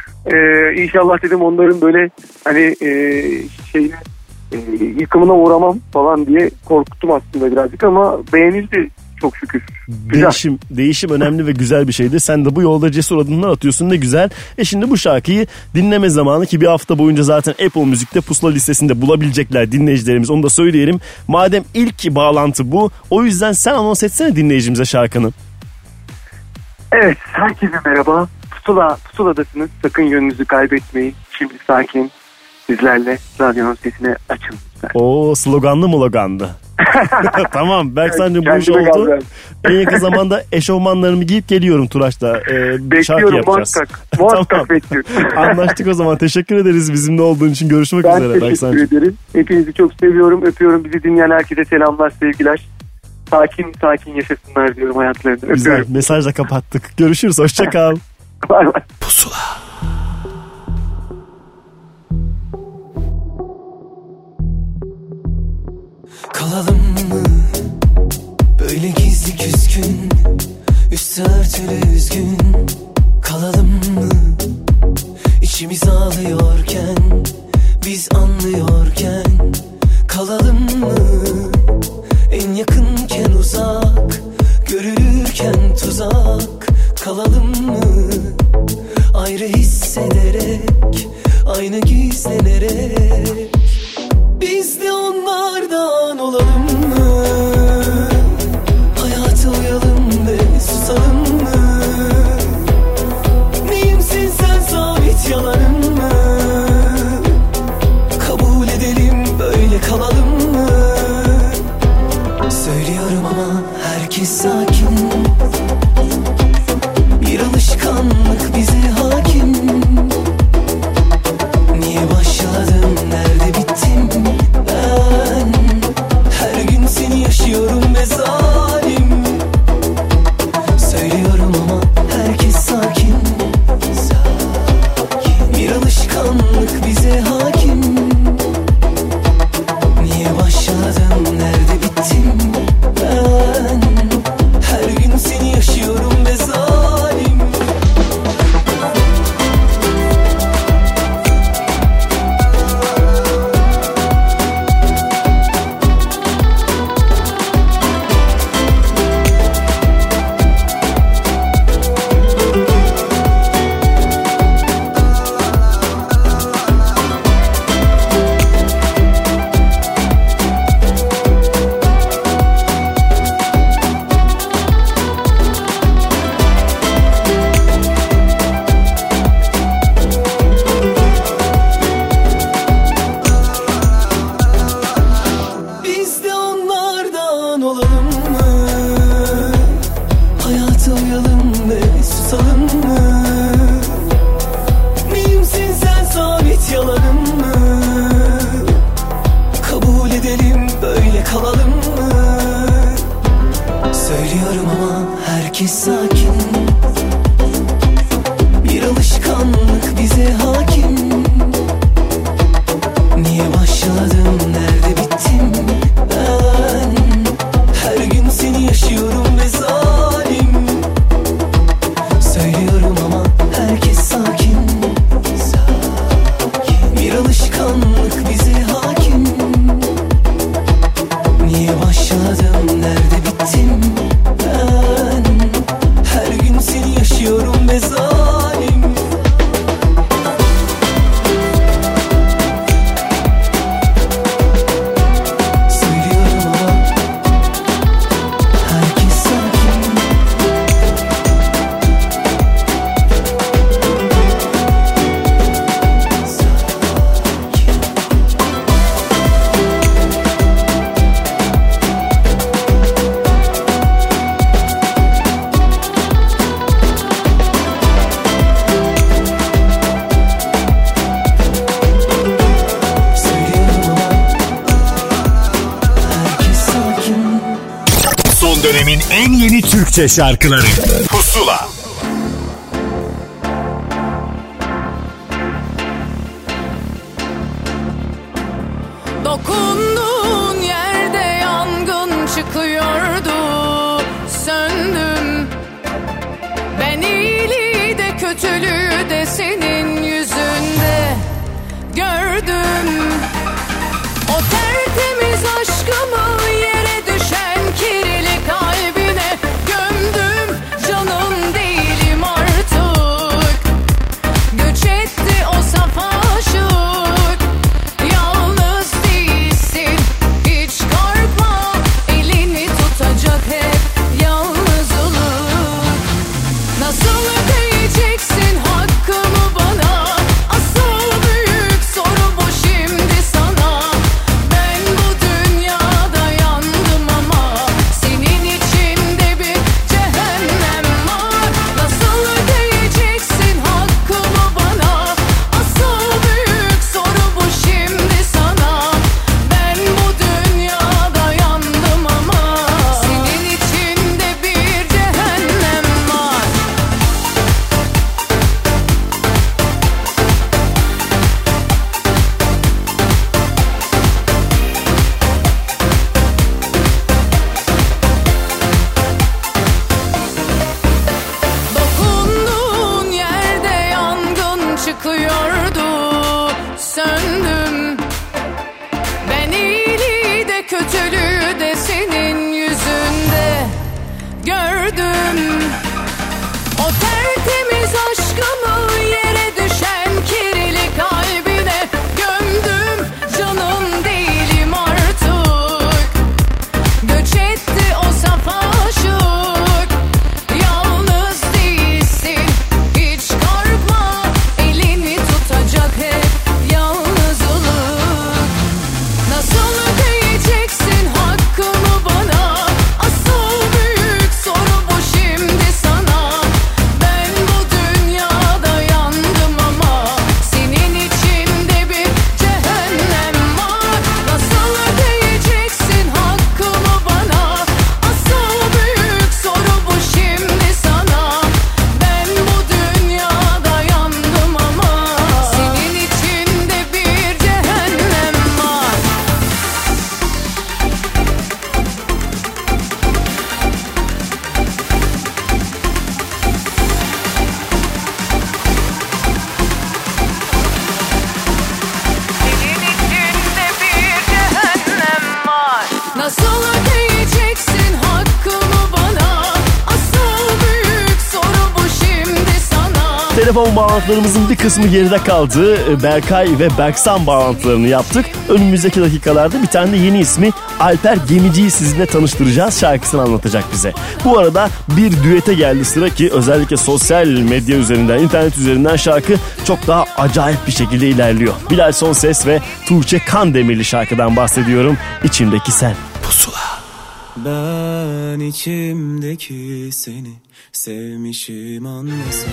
Ee, İnşallah dedim onların böyle hani e, şeyini e, yıkımına uğramam falan diye korkuttum aslında birazcık ama beğenildi. Çok şükür. Güzel. Değişim, değişim önemli ve güzel bir şeydir. Sen de bu yolda cesur adımlar atıyorsun, ne güzel. E şimdi bu şarkıyı dinleme zamanı ki bir hafta boyunca zaten Apple Müzik'te Pusula listesinde bulabilecekler dinleyicilerimiz. Onu da söyleyelim. Madem ilk bağlantı bu, o yüzden sen anons etsene dinleyicimize şarkını. Evet, herkese merhaba. Pusula, Pusula'dasınız. Sakın yönünüzü kaybetmeyin. Şimdi sakin sizlerle radyonun sesine açın. Oo, sloganlı mologandı. Tamam Berksancığım bu iş oldu. En yakın zamanda eşofmanlarımı giyip geliyorum Turaç'ta. Ee, şarkı yapacağız. Muhakkak. Muhakkak tamam. Bekliyorum. Anlaştık o zaman. Teşekkür ederiz bizimle olduğun için. Görüşmek ben üzere. Ben teşekkür ederim. Hepinizi çok seviyorum. Öpüyorum. Bizi dinleyen herkese selamlar, sevgiler. Sakin sakin yaşasınlar diyorum hayatlarını. Öpüyorum. Güzel. Mesajla kapattık. Görüşürüz. Hoşça kal. Bay bay. Pusula. Kalalım mı böyle gizli küskün, üstü örtülü üzgün? Kalalım mı içimiz ağlıyorken, biz anlıyorken? Kalalım mı en yakınken uzak, görülürken tuzak? Kalalım mı ayrı hissederek, aynı gizlenerek? Biz de onlardan olalım mı? Hayata uyalım ve susalım mı? Neyimsin sen sabit yalanım mı? Kabul edelim böyle kalalım. alışkanlık bize hakim. Niye başladım, nerede bittim ben? Her gün seni yaşıyorum ve zalim. Biz de onlardan olalım mı? Hayata uyalım ve susalım mı? Benimsin sen sabit yalanım mı? Kabul edelim böyle kalalım mı? Söylüyorum ama herkes sakin. Bir alışkanlık bize hakim. Niye başladım, nerede bittim ben? Her gün seni yaşıyorum ve zalim. Söylüyorum ama herkes sakin. Bir alışkanlık bize hakim. Niye başladım, nerede bittim ben? Her gün seni yaşıyorum ve zalim. Söylüyorum ama herkes sakin. Söylüyorum ama herkes sakin. Son dönemin en yeni Türkçe şarkıları Pusula. Dokunduğun yerde yangın çıkıyordu, söndüm. Ben iyiliği de kötülüğü de senin yüzünde gördüm. O tertemiz aşkımı yere düşen kirli kalbine gömdüm. Canım değil telefon bağlantılarımızın bir kısmı geride kaldı. Berkay ve Berksan bağlantılarını yaptık. Önümüzdeki dakikalarda bir tane de yeni ismi Alper Gemici'yi sizinle tanıştıracağız. Şarkısını anlatacak bize. Bu arada bir düete geldi sıra ki özellikle sosyal medya üzerinden, internet üzerinden şarkı çok daha acayip bir şekilde ilerliyor. Bilal Sonses ve Tuğçe Kandemirli şarkıdan bahsediyorum. İçimdeki Sen. Pusula. Ben içimdeki seni sevmişim anlasın.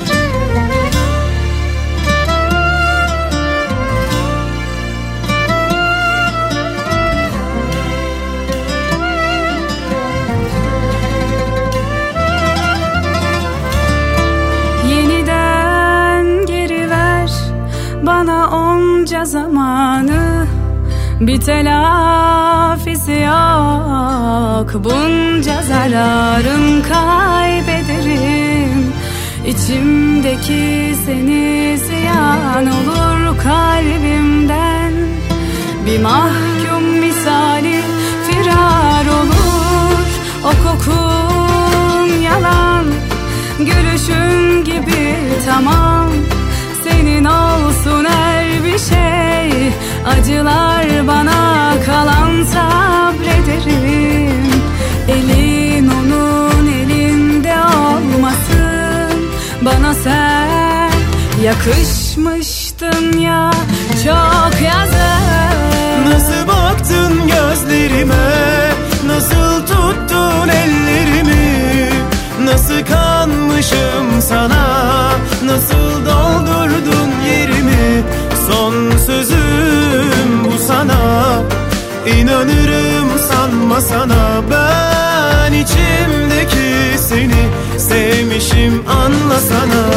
Yeniden geri ver bana onca zamanı. Bir telafisi yok bunca zararım, kaybederim İçimdeki seni, ziyan olur kalbimden. Bir mahkum misali firar olur. O kokun yalan, gülüşün gibi tamam. Senin olsun her bir şey, acılar bana kalan sabrederim. Elin onun elinde olmasın. Bana sen yakışmıştın ya çok yazık. Nasıl baktın gözlerime, nasıl tuttun ellerimi, nasıl kanmışım sana, nasıl doldurdun yerimi. Son sözüm bu sana, inanırım sanma sana. Ben içimdeki seni sevmişim anlasana.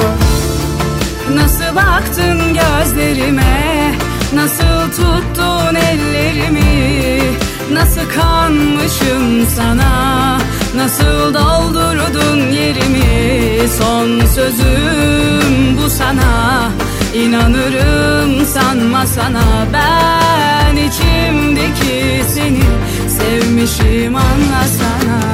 Nasıl baktın gözlerime, nasıl tuttun ellerimi, nasıl kanmışım sana, nasıl doldurdun yerimi. Son sözüm bu sana, İnanırım sanma sana. Ben içimdeki seni sevmişim anlasana.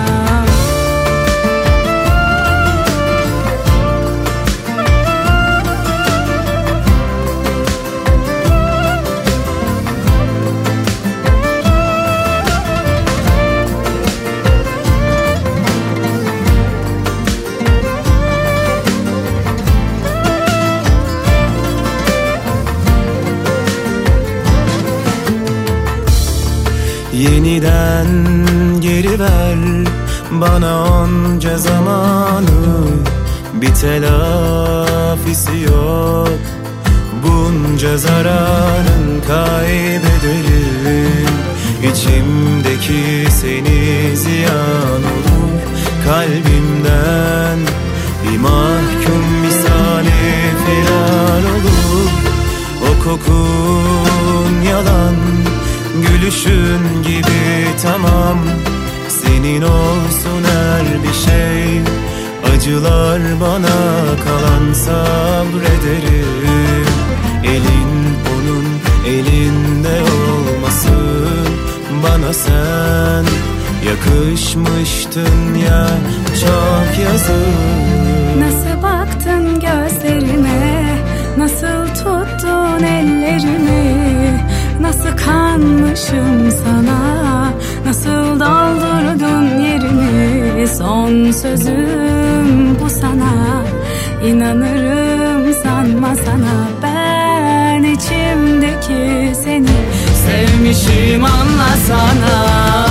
Yeniden geri ver bana onca zamanı. Bir telafisi yok bunca zararın, kaybederim İçimdeki seni, ziyan olur kalbimden. Bir mahkum misali firar olur. O kokun yalan, gülüşün gibi tamam. Senin olsun her bir şey, acılar bana kalan sabrederim. Elin onun elinde olmasın. Bana sen yakışmıştın ya çok yazık. Nasıl baktın gözlerime, nasıl tuttun ellerimi, nasıl kanmışım sana, nasıl doldurdun yerimi. Son sözüm bu sana, inanırım sanma sana. Ben içimdeki seni sevmişim anlasana.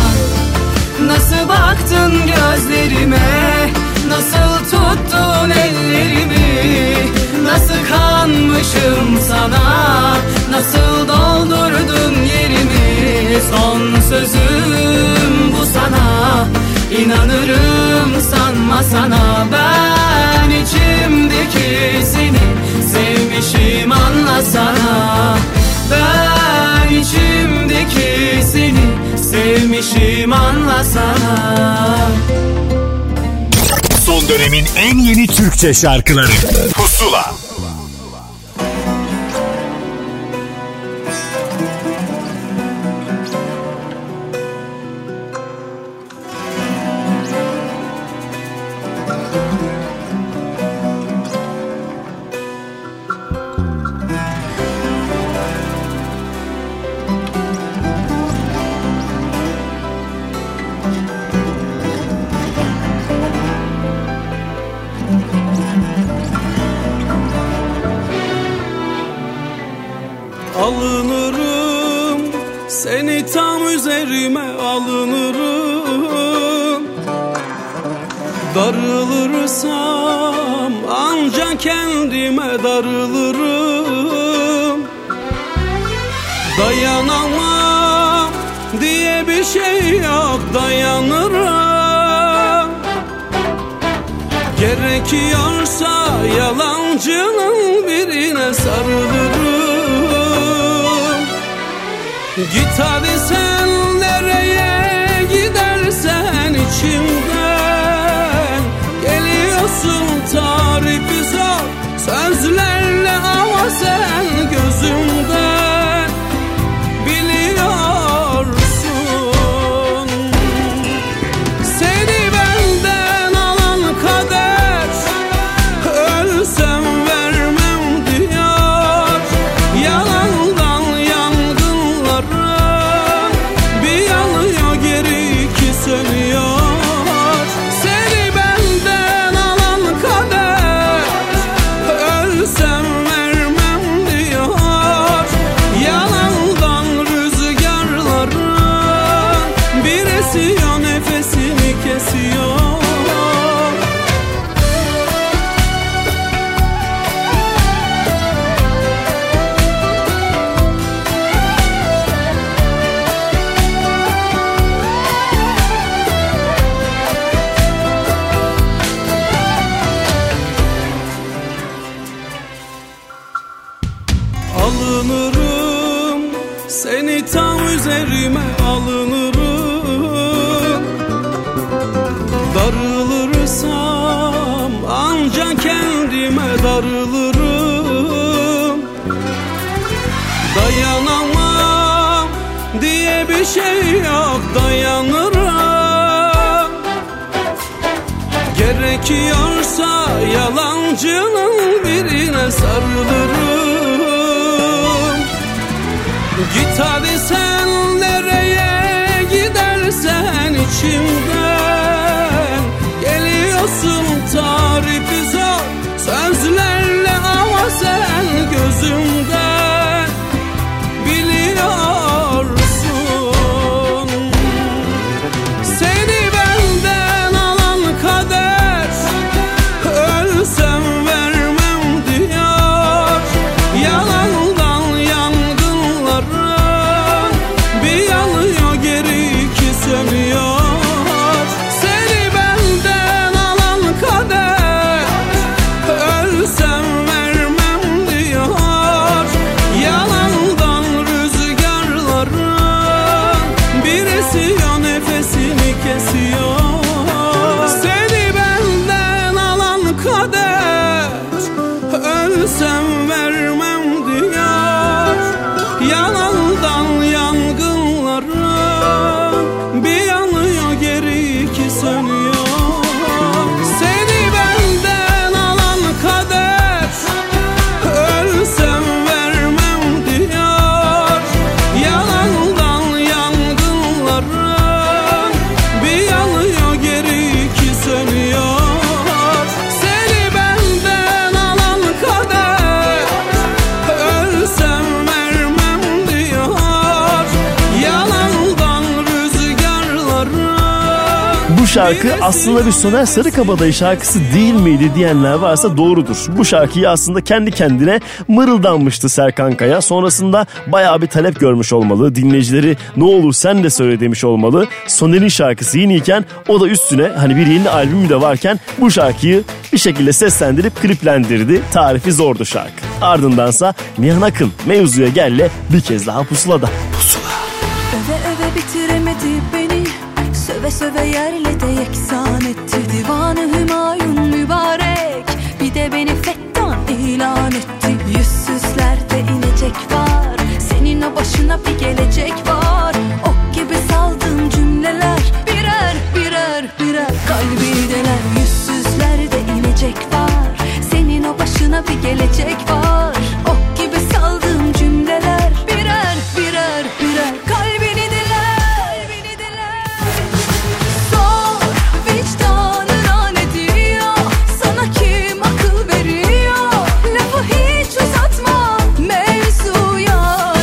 Nasıl baktın gözlerime, nasıl tuttun ellerimi, nasıl kanmışım sana, nasıl doldurdun yerimi. Son sözüm bu sana, İnanırım sanma sana. Ben içimdeki seni sevmişim anlasana. Ben içimdeki seni sevmişim anlasana. Son dönemin en yeni Türkçe şarkıları Pusula. Alınırım, seni tam üzerime alınırım. Darılırsam ancak kendime darılırım. Dayanamam diye bir şey yok, dayanırım. Gerekiyorsa yalancının birine sarılırım. Git hadi sen nereye gidersen içimden. Geliyorsun tarifi zor sözlerle ama sen gözümden biliyorsun. Seni benden alan kader ölsem vermem diyor. Yalandan yangınların bir yanıyor geri iki sönüyor. Seni benden alan kader ölsem vermem diyor. Yalandan rüzgarların bir esiyor nefesimi kesiyor. Alınırım, seni tam üzerime alınırım. Darılırsam ancak kendime darılırım. Dayanamam diye bir şey yok, dayanırım. Gerekiyorsa yalancının birine sarılırım. Git hadi sen nereye gidersen içimden. Geliyorsun tarifi zor sözlerle ama sen gözümden biliyorsun. Seni benden alan kader ölsem vermem diyor. Yalandan yangınların bir yanıyor geri iki sönüyor. Seni benden alan kader ölsem vermem diyor. Yalandan rüzgarların bir esiyor nefesimi kesiyor. Seni benden alan kader ölsem vermem diyor. Yalandan yangınların bir yanıyor geri iki sönüyor. Seni benden alan kader ölsem vermem diyor. Yalandan yangınların bir yanıyor geri iki sönüyor. Seni benden alan kader ölsem vermem diyor. Yalandan rüzgarların. Bu şarkı aslında bir Soner Sarıkabadayı şarkısı değil miydi diyenler varsa doğrudur. Bu şarkıyı aslında kendi kendine mırıldanmıştı Serkan Kaya. Sonrasında bayağı bir talep görmüş olmalı. Dinleyicileri ne olur sen de söyle demiş olmalı. Soner'in şarkısı yeniyken o da üstüne hani bir yeni albümü de varken bu şarkıyı bir şekilde seslendirip kliplendirdi. Tarifi zordu şarkı. Ardındansa Nihan Akın mevzuya gelle bir kez daha pusulada. Pusula. Öve öve bitiremedi beni. Söve söve yerle de yeksan etti. Divanı Hümayun mübarek. Bir de beni fettan ilan etti. Yüzsüzlerde inecek var. Senin o başına bir gelecek var. Ok gibi saldığın cümleler birer birer birer kalbini deler. Yüzsüzlerde inecek var. Senin o başına bir gelecek var. Ok gibi saldığın cümleler birer birer birer kalbini deler. Sor vicdanına ne diyor? Sana kim akıl veriyor? Lafı hiç uzatma mevzuya.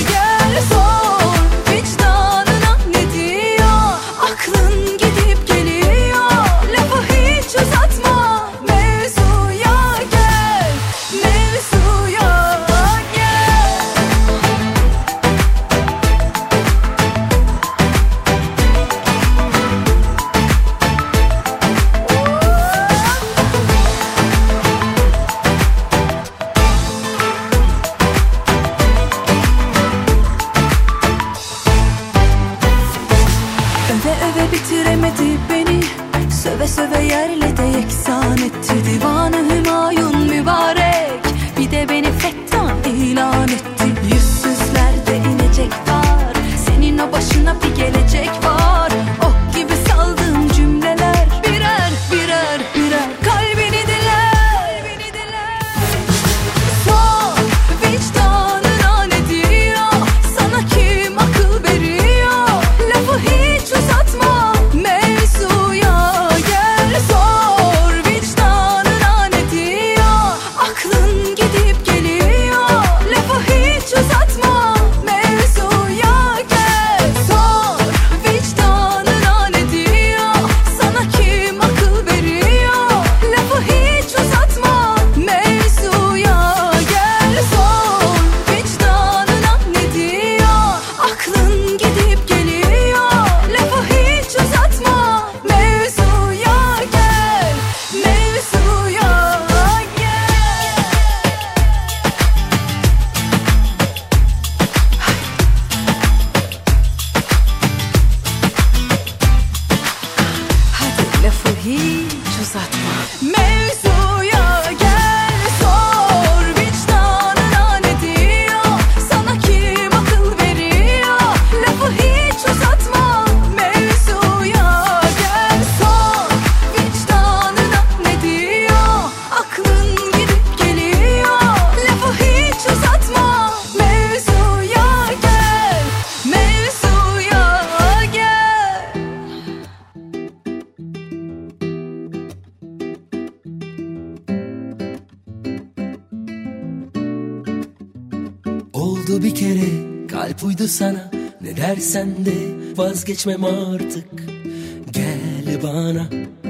Kalp uydu sana, ne dersen de vazgeçmem artık. Gel bana,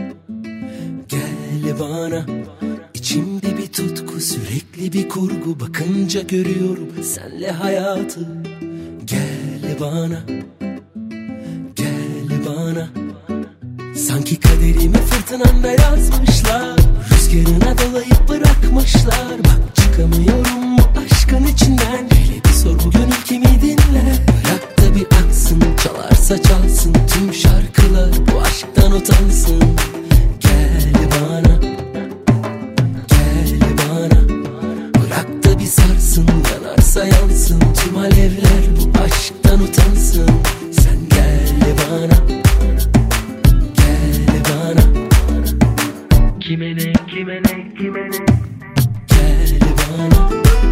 gel bana. İçimde bir tutku, sürekli bir kurgu. Bakınca görüyorum senle hayatı. Gel bana, gel bana. Sanki kaderimi fırtınanda yazmışlar, rüzgarına dolayıp bırakmışlar. Bak çıkamıyorum bu aşkın içinden. Hele bir sor bu gönül kimi dinler. Bırak da bir aksın, çalarsa çalsın tüm şarkılar, bu aşktan utansın. Gel bana, gel bana. Bırak da bir sarsın, yanarsa yansın tüm alevler, bu aşktan utansın. Sen gel bana, gel bana. Kime ne, kime ne, kime ne? Gel bana.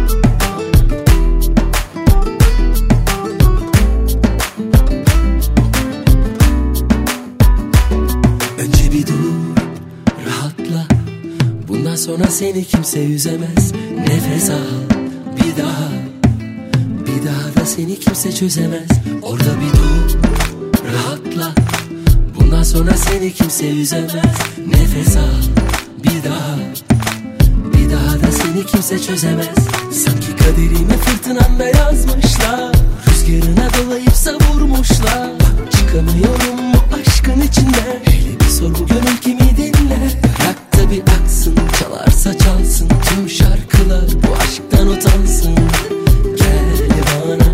Önce bir dur, rahatla. Bundan sonra seni kimse üzemez. Nefes al, bir daha. Bir daha da seni kimse çözemez. Orada bir dur, rahatla. Bundan sonra seni kimse üzemez. Nefes al, bir daha. Bir daha da seni kimse çözemez. Sanki kaderimi fırtınanda yazmışlar, rüzgarına dolayıp savurmuşlar. Bak çıkamıyorum bu aşkın içinden. Hele bir sor bu gönül kimi dinler. Bırak da bir aksın, çalarsa çalsın tüm şarkılar, bu aşktan utansın. Gel bana,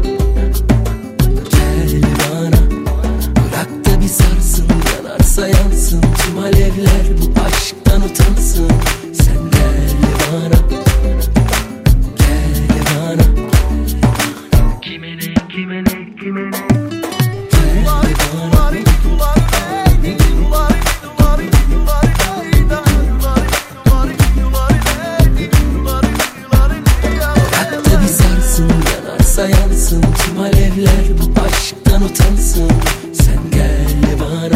gel bana. Bırak da bir sarsın, yanarsa yansın tüm alevler, bu aşktan utansın. Sen gel bana, gel bana. Kime ne, kime ne, kime ne? Gel bana. Bırak da bir sarsın, yanarsa yansın tüm alevler, bu aşktan utansın. Sen gel bana,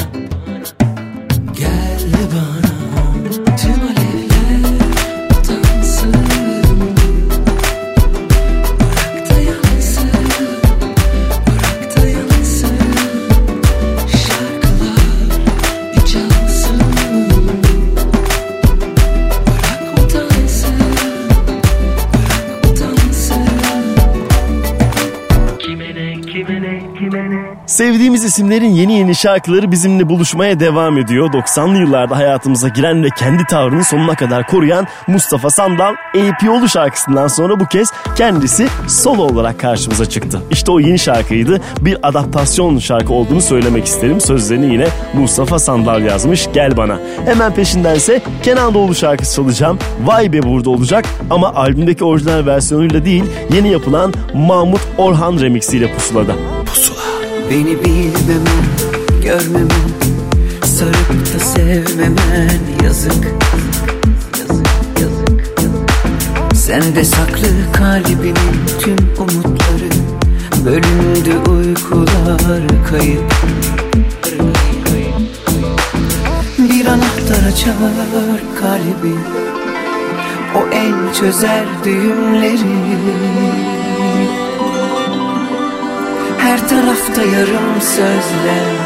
gel bana. Tüm alevler utansın. Bırak da yansın, bırak da yansın. Şarkılar bir çalsın. Bırak utansın, bırak utansın. Kime ne, kime ne, kime ne? Sevdiğimiz isimlerin yeni yeni şarkıları bizimle buluşmaya devam ediyor. doksanlı yıllarda hayatımıza giren ve kendi tavrını sonuna kadar koruyan Mustafa Sandal, Eyüpiyoğlu şarkısından sonra bu kez kendisi solo olarak karşımıza çıktı. İşte o yeni şarkıydı. Bir adaptasyon şarkı olduğunu söylemek isterim. Sözlerini yine Mustafa Sandal yazmış. Gel bana. Hemen peşindense Kenan Doğulu şarkısı çalacağım. Vay be burada olacak ama albümdeki orijinal versiyonuyla değil, yeni yapılan Mahmut Orhan remixiyle Pusula'da. Pusula. Beni bilmemen, görmemen, sarıp da sevmemen yazık, yazık, yazık, yazık. Sende saklı kalbimin tüm umutları, bölündü uykular kayıp. Bir anahtar açar kalbi, o el çözer düğümleri. Her tarafta yarım sözler,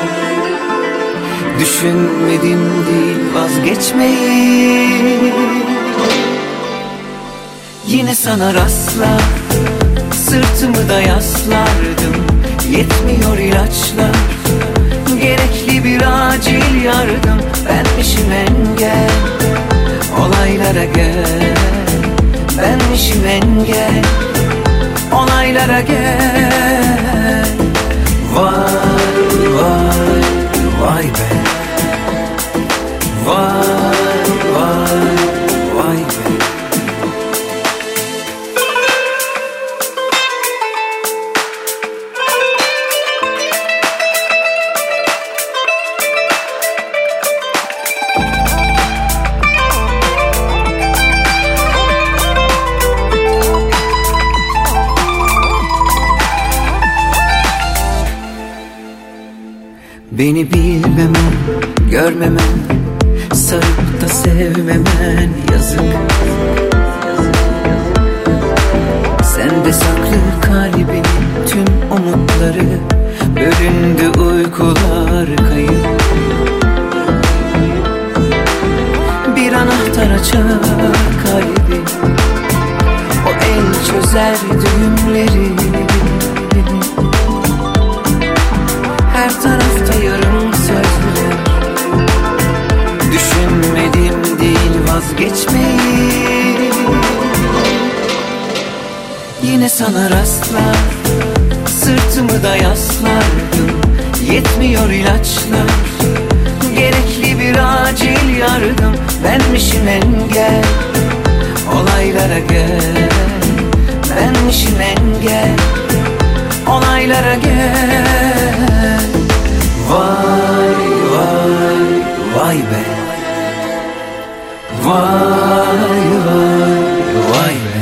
düşünmedim değil vazgeçmeyi. Yine sana rastlar, sırtımı da yaslardım. Yetmiyor ilaçlar, gerekli bir acil yardım. Benmişim engel, olaylara gel. Benmişim engel, olaylara gel. Vay vay vay be. Vay vay vay be. Beni bilmemen, görmemen, sarıp da sevmemen yazık. Sende saklı kalbinin tüm umutları, bölündü uykular kayıp. Bir anahtar açar kalbi, o el çözer düğümleri. Her tarafta yarım sözler, düşünmedim değil vazgeçmeyi. Yine sana rastlar, sırtımı da yaslardım. Yetmiyor ilaçlar, gerekli bir acil yardım. Benmişim engel, olaylara gel. Benmişim engel, olaylara gel. Vay vay vay be, vay vay vay be.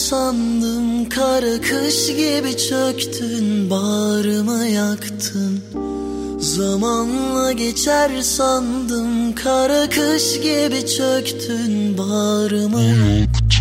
sandım, kara kış gibi çöktün, bağrımı yaktın. Zamanla geçer sandım, kara kış gibi çöktün, bağrımı yaktın.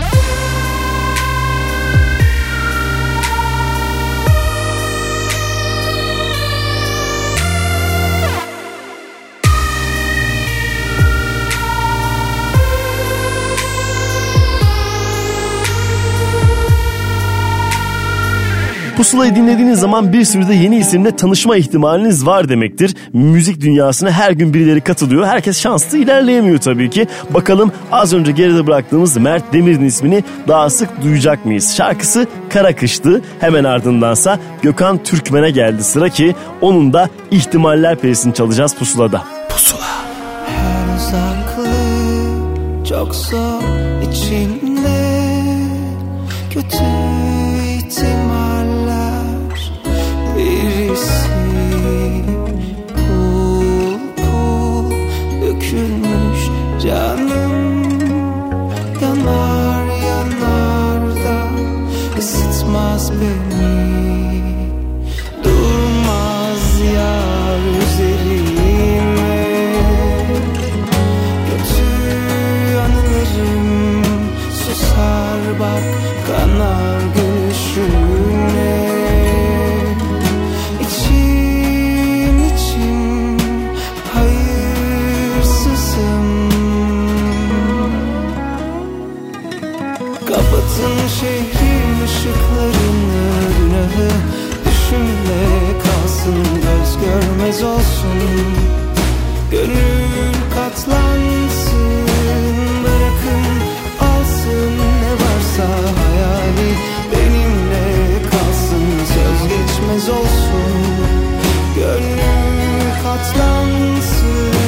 Pusulayı dinlediğiniz zaman bir sürü de yeni isimle tanışma ihtimaliniz var demektir. Müzik dünyasına her gün birileri katılıyor. Herkes şanslı ilerleyemiyor tabii ki. Bakalım az önce geride bıraktığımız Mert Demir'in ismini daha sık duyacak mıyız? Şarkısı Kara Kış'tı. Hemen ardındansa Gökhan Türkmen'e geldi sıra ki onun da ihtimaller perisini çalacağız Pusula'da. Pusula. Her uzaklık çok zor içinde, kötü ihtimaller. Birisi pul pul dökülmüş canım, yanar yanar da ısıtmaz beni, durmaz yar üzerime. Kötü anılarım susar bak, kanar gülüşüne. Kapatın şehrin ışıklarını, günahı düşümle kalsın, göz görmez olsun. Gönül katlansın, bırakın alsın, ne varsa hayali benimle kalsın, söz geçmez olsun. Gönül katlansın.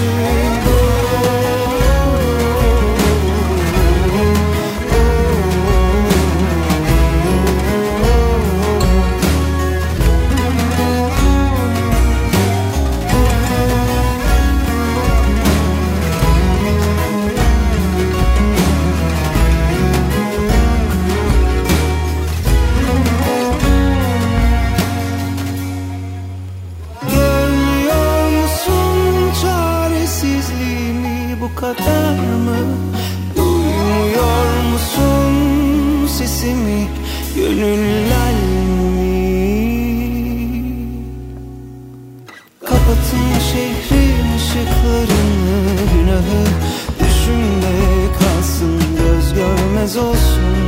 Kadar mı duymuyor musun sesimi, gönüller mi? Kapatın şehrin ışıklarını, günahı düşümde kalsın, göz görmez olsun.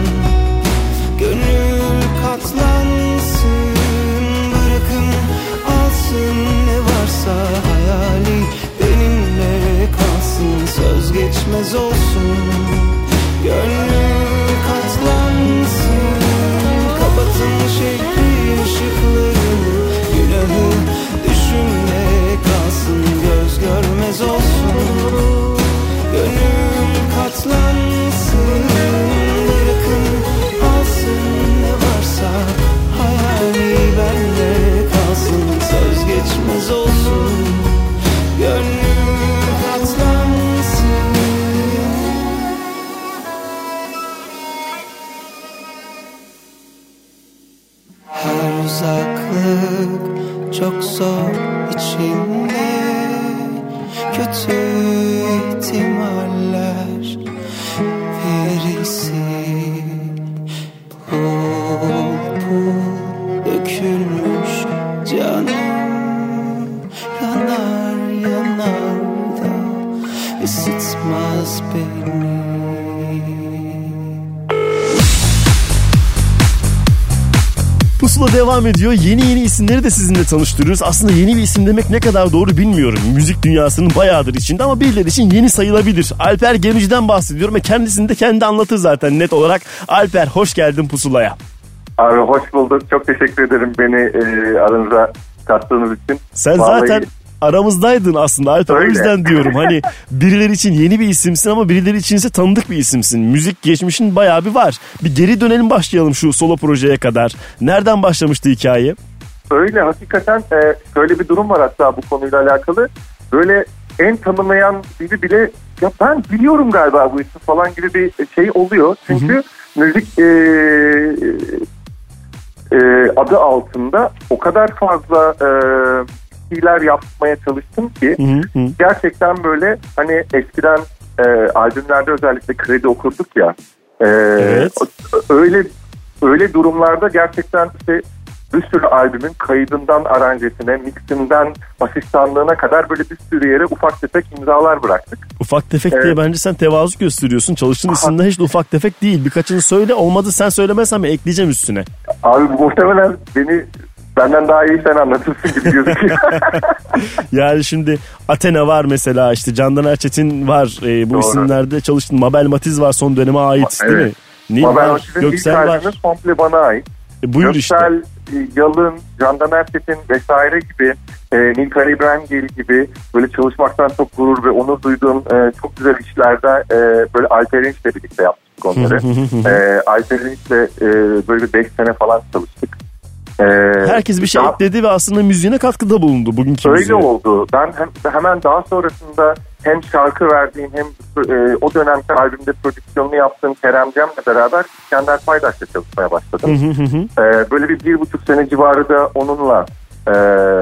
Gönül katlansın, bırakın alsın, ne varsa hayali benimle kalsın, söz geçmez olsun. Gönlüm katlansın. Kapatın şehrin ışıklarını, günahı düşümle kalsın, göz görmez olsun. Gönlüm katlansın, bırakın alsın, ne varsa hayali benimle kalsın, söz geçmez olsun. Gönlüm katlansın. Her uzaklık çok zor içinde, kötü ihtimaller. Birisi pul pul dökülmüş canım, yanar yanar da ısıtmaz beni. Pusula devam ediyor. Yeni yeni isimleri de sizinle tanıştırıyoruz. Aslında yeni bir isim demek ne kadar doğru bilmiyorum. Müzik dünyasının bayağıdır içinde ama birileri için yeni sayılabilir. Alper Gemici'den bahsediyorum ve kendisini de kendi anlatır zaten net olarak. Alper, hoş geldin Pusula'ya. Abi hoş bulduk. Çok teşekkür ederim beni e, aranıza kattığınız için. Sen Vallahi... zaten aramızdaydın aslında Alper. Öyle. O yüzden diyorum hani birileri için yeni bir isimsin ama birileri için ise tanıdık bir isimsin. Müzik geçmişin bayağı bir var. Bir geri dönelim, başlayalım şu solo projeye kadar. Nereden başlamıştı hikaye? Öyle hakikaten e, şöyle bir durum var hatta bu konuyla alakalı. Böyle en tanımayan biri bile ya ben biliyorum galiba bu ismi falan gibi bir şey oluyor. Çünkü müzik e, e, adı altında o kadar fazla e, şeyler yapmaya çalıştım ki Hı hı. gerçekten böyle hani eskiden e, albümlerde özellikle kredi okurduk ya. E, Evet. Öyle öyle durumlarda gerçekten işte bir sürü albümün kaydından aranjesine, mixinden asistanlığına kadar böyle bir sürü yere ufak tefek imzalar bıraktık. Ufak tefek diye Evet. bence sen tevazu gösteriyorsun. Çalıştığın isimde hiç de ufak tefek değil. Birkaçını söyle, olmadı sen söylemezsen ben ekleyeceğim üstüne. Abi muhtemelen beni benden daha iyi sen anlatırsın gibi gözüküyor. Yani şimdi Athena var mesela, işte Candan Erçetin var. Ee, bu Doğru. isimlerde çalıştın. Mabel Matiz var, son döneme ait değil Evet. mi? Nil Mabel var, Matiz'in ilk Göksel var. albümü komple bana ait. E, buyur Göksel, işte. e, Yalın, Candan Erçetin vesaire gibi, e, Nilkar İbrahimgil gibi böyle çalışmaktan çok gurur ve onur duyduğum e, çok güzel işlerde e, böyle Alper İnç'le birlikte yaptık onları. e, Alper İnç'le e, böyle bir beş sene falan çalıştık. E, Herkes bir şey daha- ekledi ve aslında müziğine katkıda bulundu bugünkü Öyle müziğe. oldu. Ben hem, hemen daha sonrasında hem şarkı verdiğim hem e, o dönemde albümde prodüksiyonunu yaptığım Kerem Cem'le beraber İskender Paydaş'la çalışmaya başladım. Hı hı hı. E, böyle bir bir buçuk sene civarı da onunla e,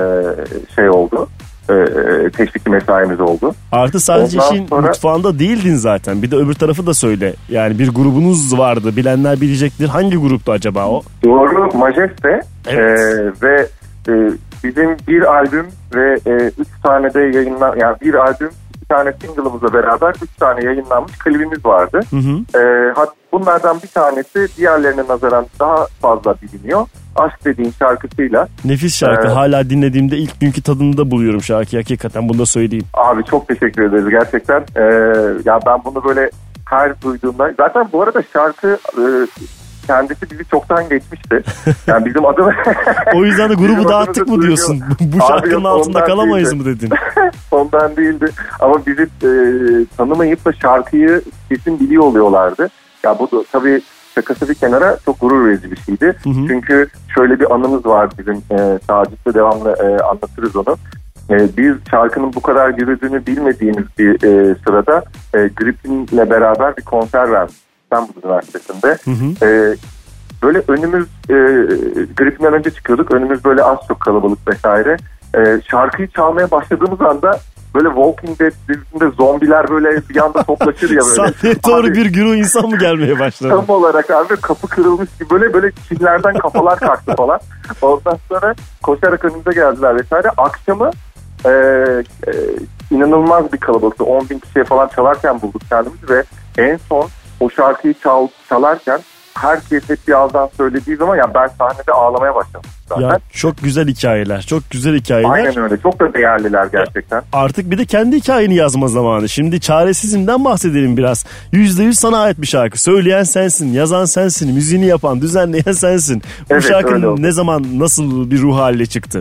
şey oldu. E, teşviki mesaimiz oldu. Artı sadece Ondan işin sonra- mutfağında değildin zaten. Bir de öbür tarafı da söyle. Yani bir grubunuz vardı. Bilenler bilecektir. Hangi gruptu acaba o? Doğru, Majeste. Evet. E, ve e, bizim bir albüm ve e, üç tane de yayınlan, yani bir albüm, iki tane single'ımızla beraber üç tane yayınlanmış klibimiz vardı. Hı hı. E, hat, bunlardan bir tanesi diğerlerine nazaran daha fazla biliniyor. Aşk dediğin şarkısıyla. Nefis şarkı. Ee, Hala dinlediğimde ilk günkü tadını da buluyorum şarkıyı. Hakikaten bunu da söyleyeyim. Abi çok teşekkür ederiz gerçekten. E, ya ben bunu böyle her duyduğumda, zaten bu arada şarkı e, kendisi bizi çoktan geçmişti. Yani bizim adımız... O yüzden de grubu Bizim dağıttık adımızı mı diyorsun? duyuyor. Bu Abi şarkının yok, altında ondan kalamayız değildi. mı dedin? Ondan değildi. Ama bizi e, tanımayıp da şarkıyı kesin biliyor oluyorlardı. Ya bu da tabii şakası bir kenara çok gurur verici bir şeydi. Hı hı. Çünkü şöyle bir anımız var bizim. E, Sacit'le devamlı e, anlatırız onu. E, biz şarkının bu kadar yürüdüğünü bilmediğimiz bir e, sırada e, Gripin'le beraber bir konser vermiştik İstanbul Üniversitesi'nde. Hı hı. E, böyle önümüz e, Gripin'den önce çıkıyorduk. Önümüz böyle az çok kalabalık vesaire. E, şarkıyı çalmaya başladığımız anda böyle Walking Dead dizisinde zombiler böyle bir anda toplaşır ya böyle. Sahneye doğru Abi, bir güruh insan mı gelmeye başladı? tam olarak abi kapı kırılmış gibi böyle böyle çimlerden kafalar kalktı falan. Ondan sonra koşarak önümüze geldiler vesaire. Akşamı e, e, inanılmaz bir kalabalıktı. on bin kişiye falan çalarken bulduk kendimizi ve en son o şarkıyı çal, çalarken herkes hep bir ağızdan söylediği zaman ya ben sahnede ağlamaya başladım zaten. Ya çok güzel hikayeler. Çok güzel hikayeler. Aynen öyle. Çok da değerliler gerçekten. Artık bir de kendi hikayeni yazma zamanı. Şimdi Çaresizim'den bahsedelim biraz. yüzde yüz sana ait bir şarkı. Söyleyen sensin, yazan sensin, müziğini yapan, düzenleyen sensin. Bu Evet, öyle şarkının oldu. ne zaman, nasıl bir ruh haline çıktı?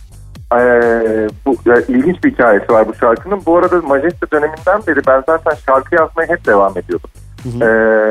Ee, bu ya, ilginç bir hikayesi var bu şarkının. Bu arada Majeste döneminden beri ben zaten şarkı yazmaya hep devam ediyordum. Ee,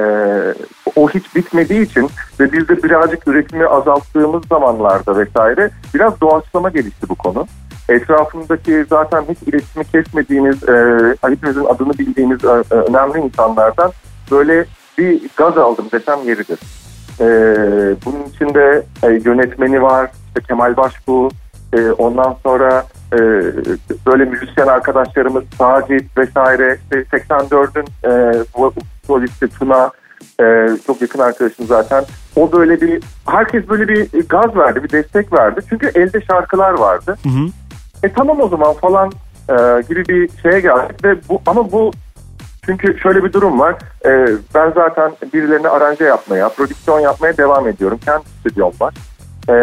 o hiç bitmediği için ve biz de birazcık üretimi azalttığımız zamanlarda vesaire biraz doğaçlama gelişti bu konu. Etrafımdaki zaten hiç iletişimi kesmediğimiz, e, hepimizin adını bildiğimiz e, önemli insanlardan böyle bir gaz aldım desem yeridir. E, bunun içinde e, yönetmeni var, işte Kemal Başbuğ, e, ondan sonra e, böyle müzisyen arkadaşlarımız Sacit vesaire, işte seksen dördün e, solisti Tuna, e, çok yakın arkadaşım zaten. O böyle bir, herkes böyle bir gaz verdi, bir destek verdi. Çünkü elde şarkılar vardı. Hı hı. E tamam o zaman falan e, gibi bir şeye geldik ve bu, ama bu, çünkü şöyle bir durum var. E, ben zaten birilerine aranje yapmaya, prodüksiyon yapmaya devam ediyorum. Kendi stüdyom var. E,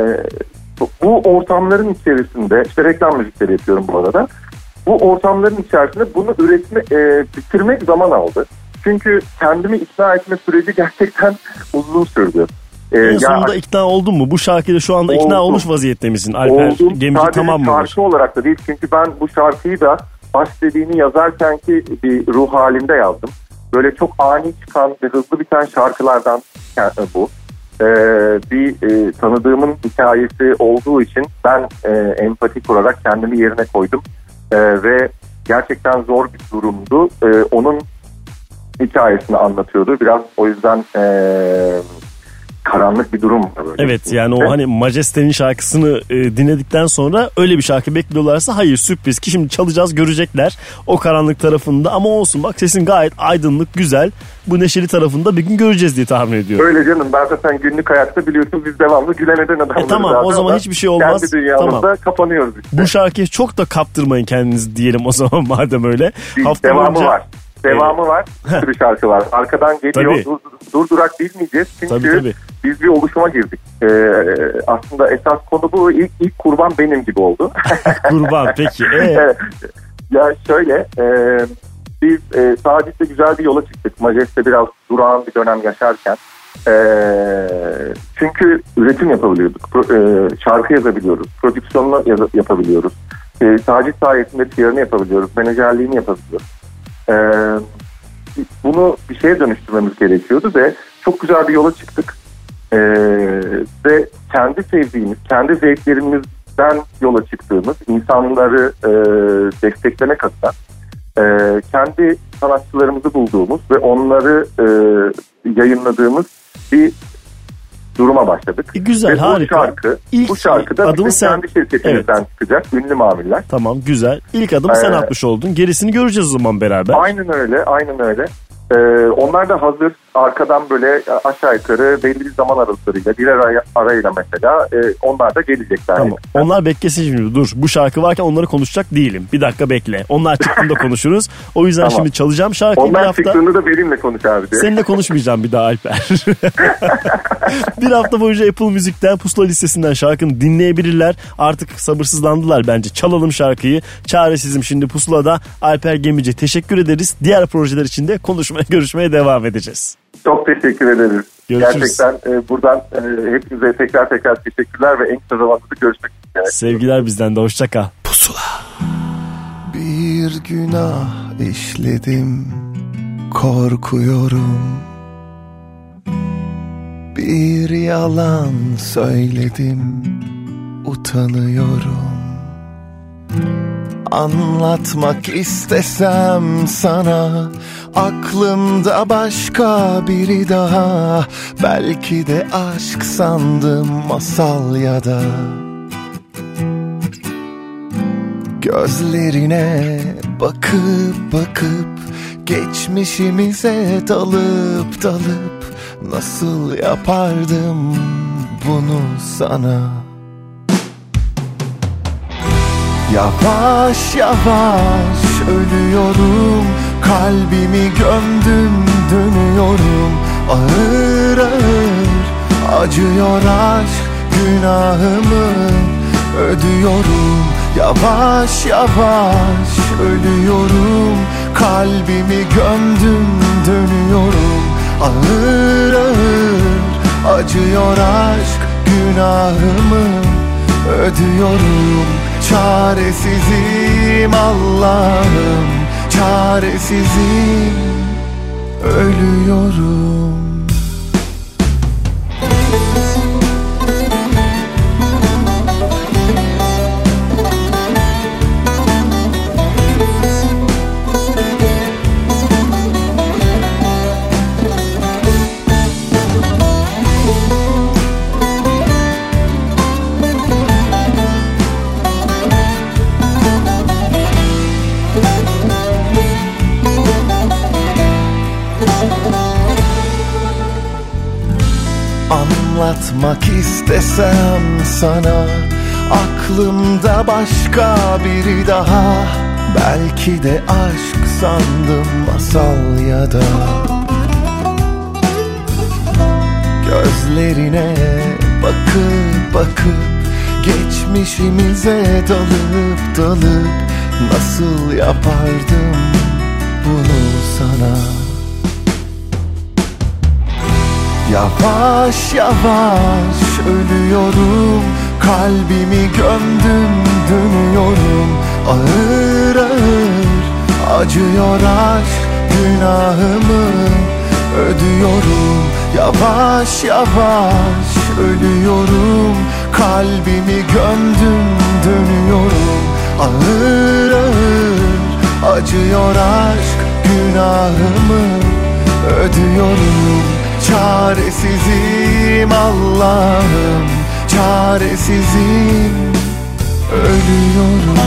bu ortamların içerisinde, işte reklam müzikleri yapıyorum bu arada. Bu ortamların içerisinde bunu üretme, e, bitirmek zaman aldı. Çünkü kendimi ikna etme süreci gerçekten uzun sürdü. Ee, En ya, sonunda ikna oldun mu? Bu şarkıyla şu anda ikna Oldum. olmuş vaziyette misin? Alper Oldum. Gemci Sadece tamam mı? şarkı olarak da değil. Çünkü ben bu şarkıyı da baş dediğini yazarkenki bir ruh halimde yazdım. Böyle çok ani çıkan ve hızlı biten şarkılardan bu. Ee, bir e, tanıdığımın hikayesi olduğu için ben e, empati kurarak kendimi yerine koydum. E, ve gerçekten zor bir durumdu. E, onun hikayesini anlatıyordu. Biraz o yüzden ee, karanlık bir durum var böyle. Evet, yani o hani Majeste'nin şarkısını e, dinledikten sonra öyle bir şarkı bekliyorlarsa hayır, sürpriz ki şimdi çalacağız, görecekler o karanlık tarafında, ama olsun bak sesin gayet aydınlık, güzel, bu neşeli tarafında bir gün göreceğiz diye tahmin ediyorum. Öyle canım, ben zaten günlük hayatta biliyorsun biz devamlı gülen eden adamlarız. E tamam, o zaman hiçbir şey olmaz. Kendi dünyamızda tamam. kapanıyoruz işte. Bu şarkıya çok da kaptırmayın kendinizi diyelim o zaman madem öyle. Hafta devamı boyunca... var. Devamı var. Bir sürü şarkı var. Arkadan geliyor. Dur, dur durak bilmeyeceğiz. Çünkü tabii, tabii. biz bir oluşuma girdik. Ee, aslında esas konu bu. İlk, ilk kurban benim gibi oldu. Kurban peki. Ee? Ya şöyle. E, biz e, Sacit'le güzel bir yola çıktık. Majeste biraz durağan bir dönem yaşarken. E, çünkü üretim yapabiliyorduk. Pro, e, şarkı yazabiliyoruz. Prodüksiyonunu yaz- yapabiliyoruz. E, Sacit sayesinde P R'ını yapabiliyoruz. Menajerliğini yapabiliyoruz. Ee, bunu bir şeye dönüştürmemiz gerekiyordu ve çok güzel bir yola çıktık. Ee, ve kendi sevdiğimiz, kendi zevklerimizden yola çıktığımız insanları e, desteklemek adına e, kendi sanatçılarımızı bulduğumuz ve onları e, yayınladığımız bir duruma başladık. E güzel, ve harika. Bu şarkı, İlk bu şarkı da bizim sen... kendi şirketimizden evet. çıkacak. Ünlü Maviler. Tamam, güzel. İlk adımı ee, sen atmış oldun. Gerisini göreceğiz o zaman beraber. Aynen öyle, aynen öyle. Ee, onlar da hazır. Arkadan böyle aşağı yukarı belli bir zaman aralıklarıyla, bir ara, arayla mesela e, onlar da gelecekler. Tamam. Yani. Onlar beklesin şimdi. Dur. Bu şarkı varken onları konuşacak değilim. Bir dakika bekle. Onlar çıktığında konuşuruz. O yüzden tamam. Şimdi çalacağım şarkıyı. Onlar bir hafta... çıktığında da benimle konuş abi diye. Seninle konuşmayacağım bir daha Alper. Bir hafta boyunca Apple Müzik'ten, Pusula listesinden şarkını dinleyebilirler. Artık sabırsızlandılar bence. Çalalım şarkıyı. Çaresizim şimdi Pusula'da. Alper Gemici, teşekkür ederiz. Diğer projeler için de konuşmaya, görüşmeye devam edeceğiz. Çok teşekkür ederiz. Görüşürüz. Gerçekten e, buradan e, hepinize tekrar tekrar teşekkürler ve en kısa zamanda görüşmek üzere. Sevgiler bizden de, hoşça kal. Pusula. Bir günah işledim, korkuyorum. Bir yalan söyledim, utanıyorum. Anlatmak istesem sana, aklımda başka biri daha. Belki de aşk sandım, masal ya da. Gözlerine bakıp bakıp, geçmişimize dalıp dalıp, nasıl yapardım bunu sana? Yavaş yavaş ölüyorum, kalbimi gömdüm dönüyorum. Ağır ağır acıyor aşk, günahımı ödüyorum. Yavaş yavaş ölüyorum, kalbimi gömdüm dönüyorum. Ağır ağır acıyor aşk, günahımı ödüyorum. Çaresizim Allah'ım, çaresizim, ölüyorum. Anlatmak istesem sana, aklımda başka biri daha. Belki de aşk sandım, masal ya da. Gözlerine bakıp bakıp, geçmişimize dalıp dalıp, nasıl yapardım bunu sana? Yavaş yavaş ölüyorum, kalbimi gömdüm dönüyorum. Ağır ağır acıyor aşk, günahımı ödüyorum. Yavaş yavaş ölüyorum, kalbimi gömdüm dönüyorum. Ağır ağır acıyor aşk, günahımı ödüyorum. Çaresizim Allah'ım, çaresizim, ölüyorum.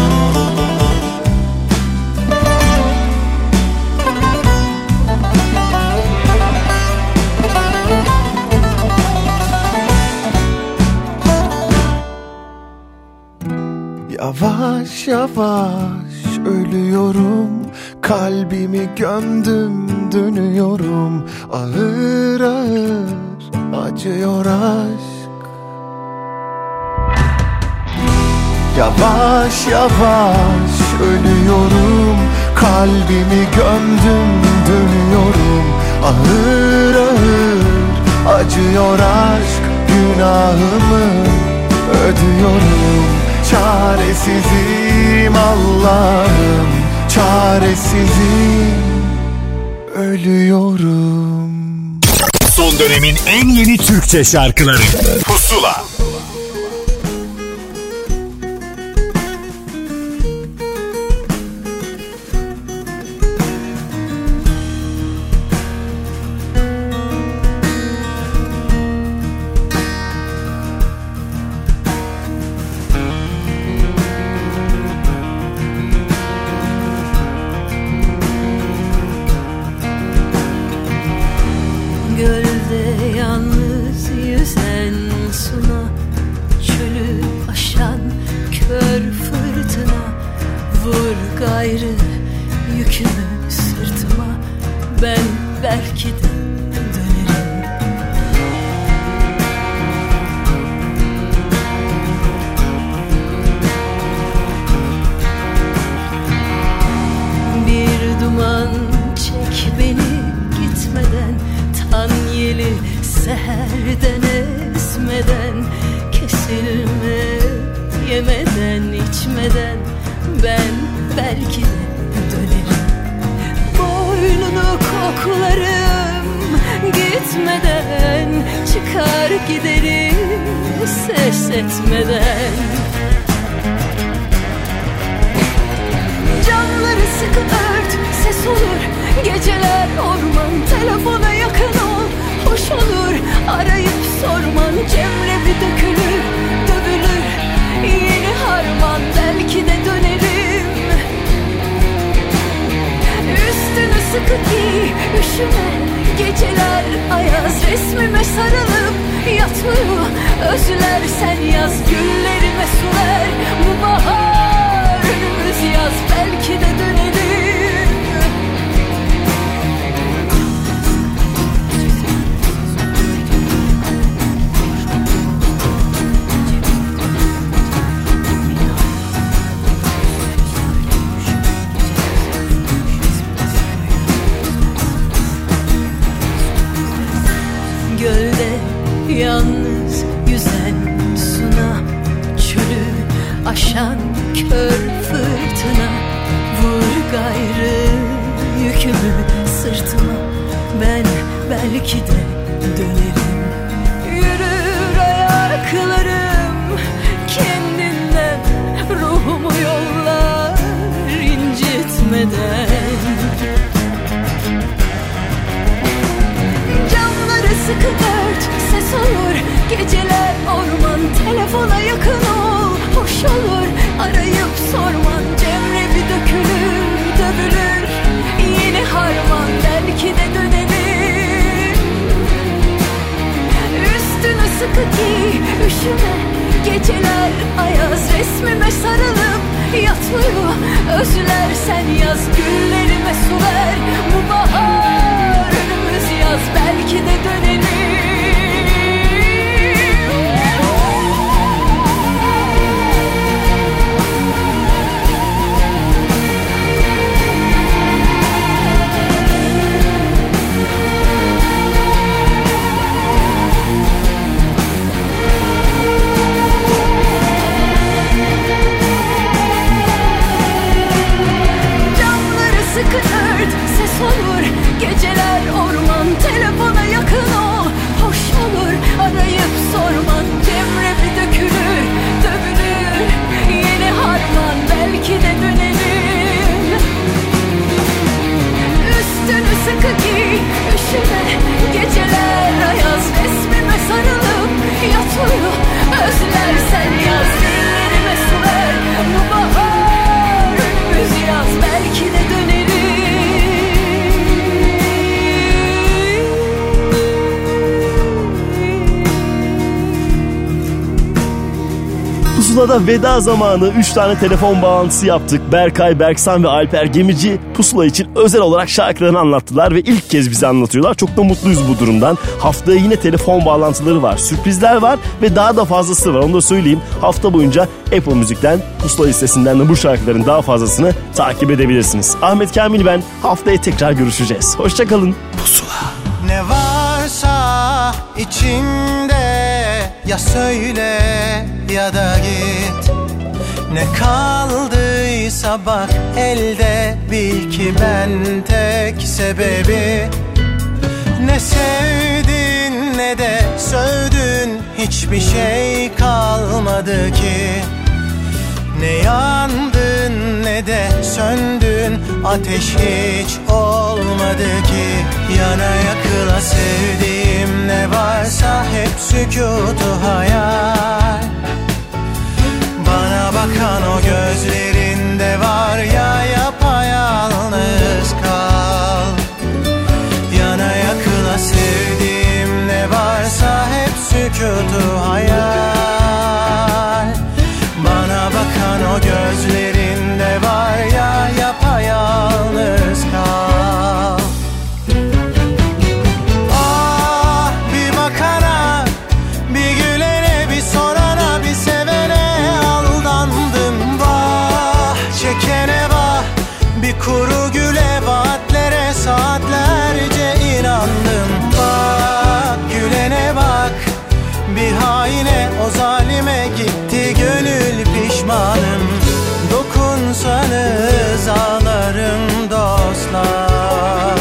Yavaş yavaş ölüyorum, kalbimi gömdüm dönüyorum. Ağır ağır acıyor aşk. Yavaş yavaş ölüyorum, kalbimi gömdüm dönüyorum. Ağır ağır acıyor aşk, günahımı ödüyorum. Çaresizim Allah'ım, çaresizim, ölüyorum. Son dönemin en yeni Türkçe şarkıları Pusula. Ses olur, geceler orman, telefona yakın ol. Pusula'da veda zamanı üç tane telefon bağlantısı yaptık. Berkay, Berksan ve Alper Gemici Pusula için özel olarak şarkılarını anlattılar ve ilk kez bize anlatıyorlar. Çok da mutluyuz bu durumdan. Haftaya yine telefon bağlantıları var, sürprizler var ve daha da fazlası var. Onu da söyleyeyim. Hafta boyunca Apple Müzik'ten, Pusula listesinden de bu şarkıların daha fazlasını takip edebilirsiniz. Ahmet Kamil ben. Haftaya tekrar görüşeceğiz. Hoşçakalın. Pusula. Ne varsa içinde ya söyle ya da git. Ne kaldıysa bak elde, bil ki ben tek sebebi. Ne sevdin ne de sövdün, hiçbir şey kalmadı ki. Ne yandın ne de söndün, ateş hiç olmadı ki. Yana yakıla sevdiğim ne varsa hep sükutu hayal. Bana bakan o gözlerinde var ya yapayalnız kal. Yana yakıla sevdiğim ne varsa hep sükutu hayal. Bana bakan o gözlerinde var ya yapayalnız kal. Ah bir bakana, bir gülene, bir sorana, bir sevene aldandım vah. Çekene vah, bir kuru güle, vaatlere saatlerce inandım. Bak gülene bak, bir haine, o zalime gitti gönül pişmanım. Dokunsanız ağlarım dostlar.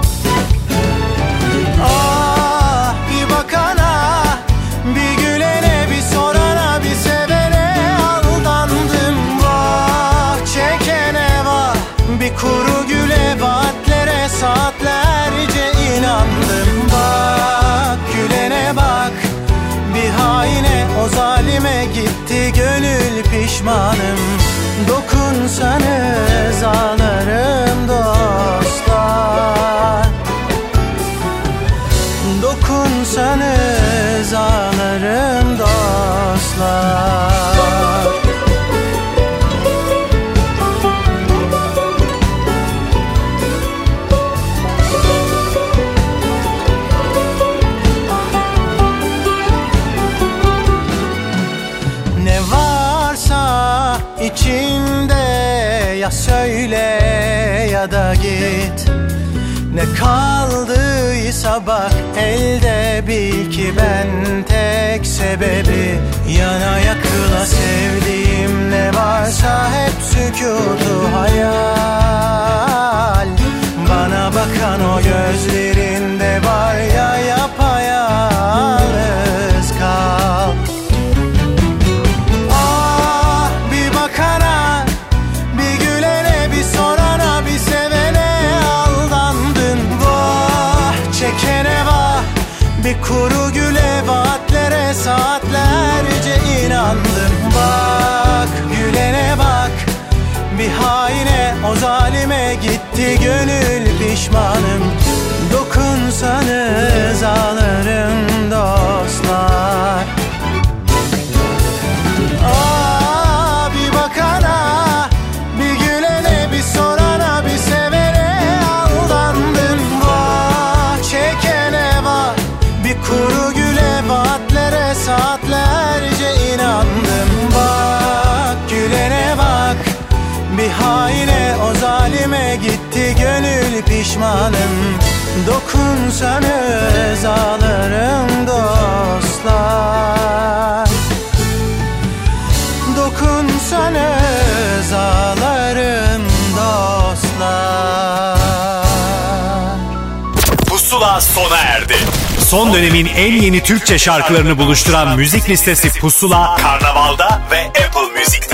Ah bir bakana, bir gülene, bir sorana, bir sevene aldandım vah. Çekene vah, bir kuru güle, vaatlere saatlerce inandım. Bak gülene bak, bir haine, o zalime gitti gönül pişmanım. Dokunsanız ağlarım dostlar. Dokunsanız ağlarım dostlar. İçinde ya söyle ya da git. Ne kaldıysa bak elde, bil ki ben tek sebebi. Yana yakıla sevdiğim ne varsa hep sükutu hayal. Bana bakan o gözlerinde var ya yapayalnız kal. Bir kuru güle, vaatlere saatlerce inandım. Bak gülene bak, bir haine, o zalime gitti gönül pişmanım. Dokunsanız ağlarım dostlar. Aa bir bakana, bir gülene, bir sorana, bir sevene aldandım. Vah çekene vah, bir kuru güle, vaatlere saatlerce inandım. Bak gülene bak, bir haine, o zalime gitti gönül pişmanım. Dokunsanız ağlarım dostlar. Dokunsanız ağlarım dostlar. Pusula sona erdi. Son dönemin en yeni Türkçe şarkılarını buluşturan müzik listesi Pusula, Karnaval'da ve Apple Müzik'te.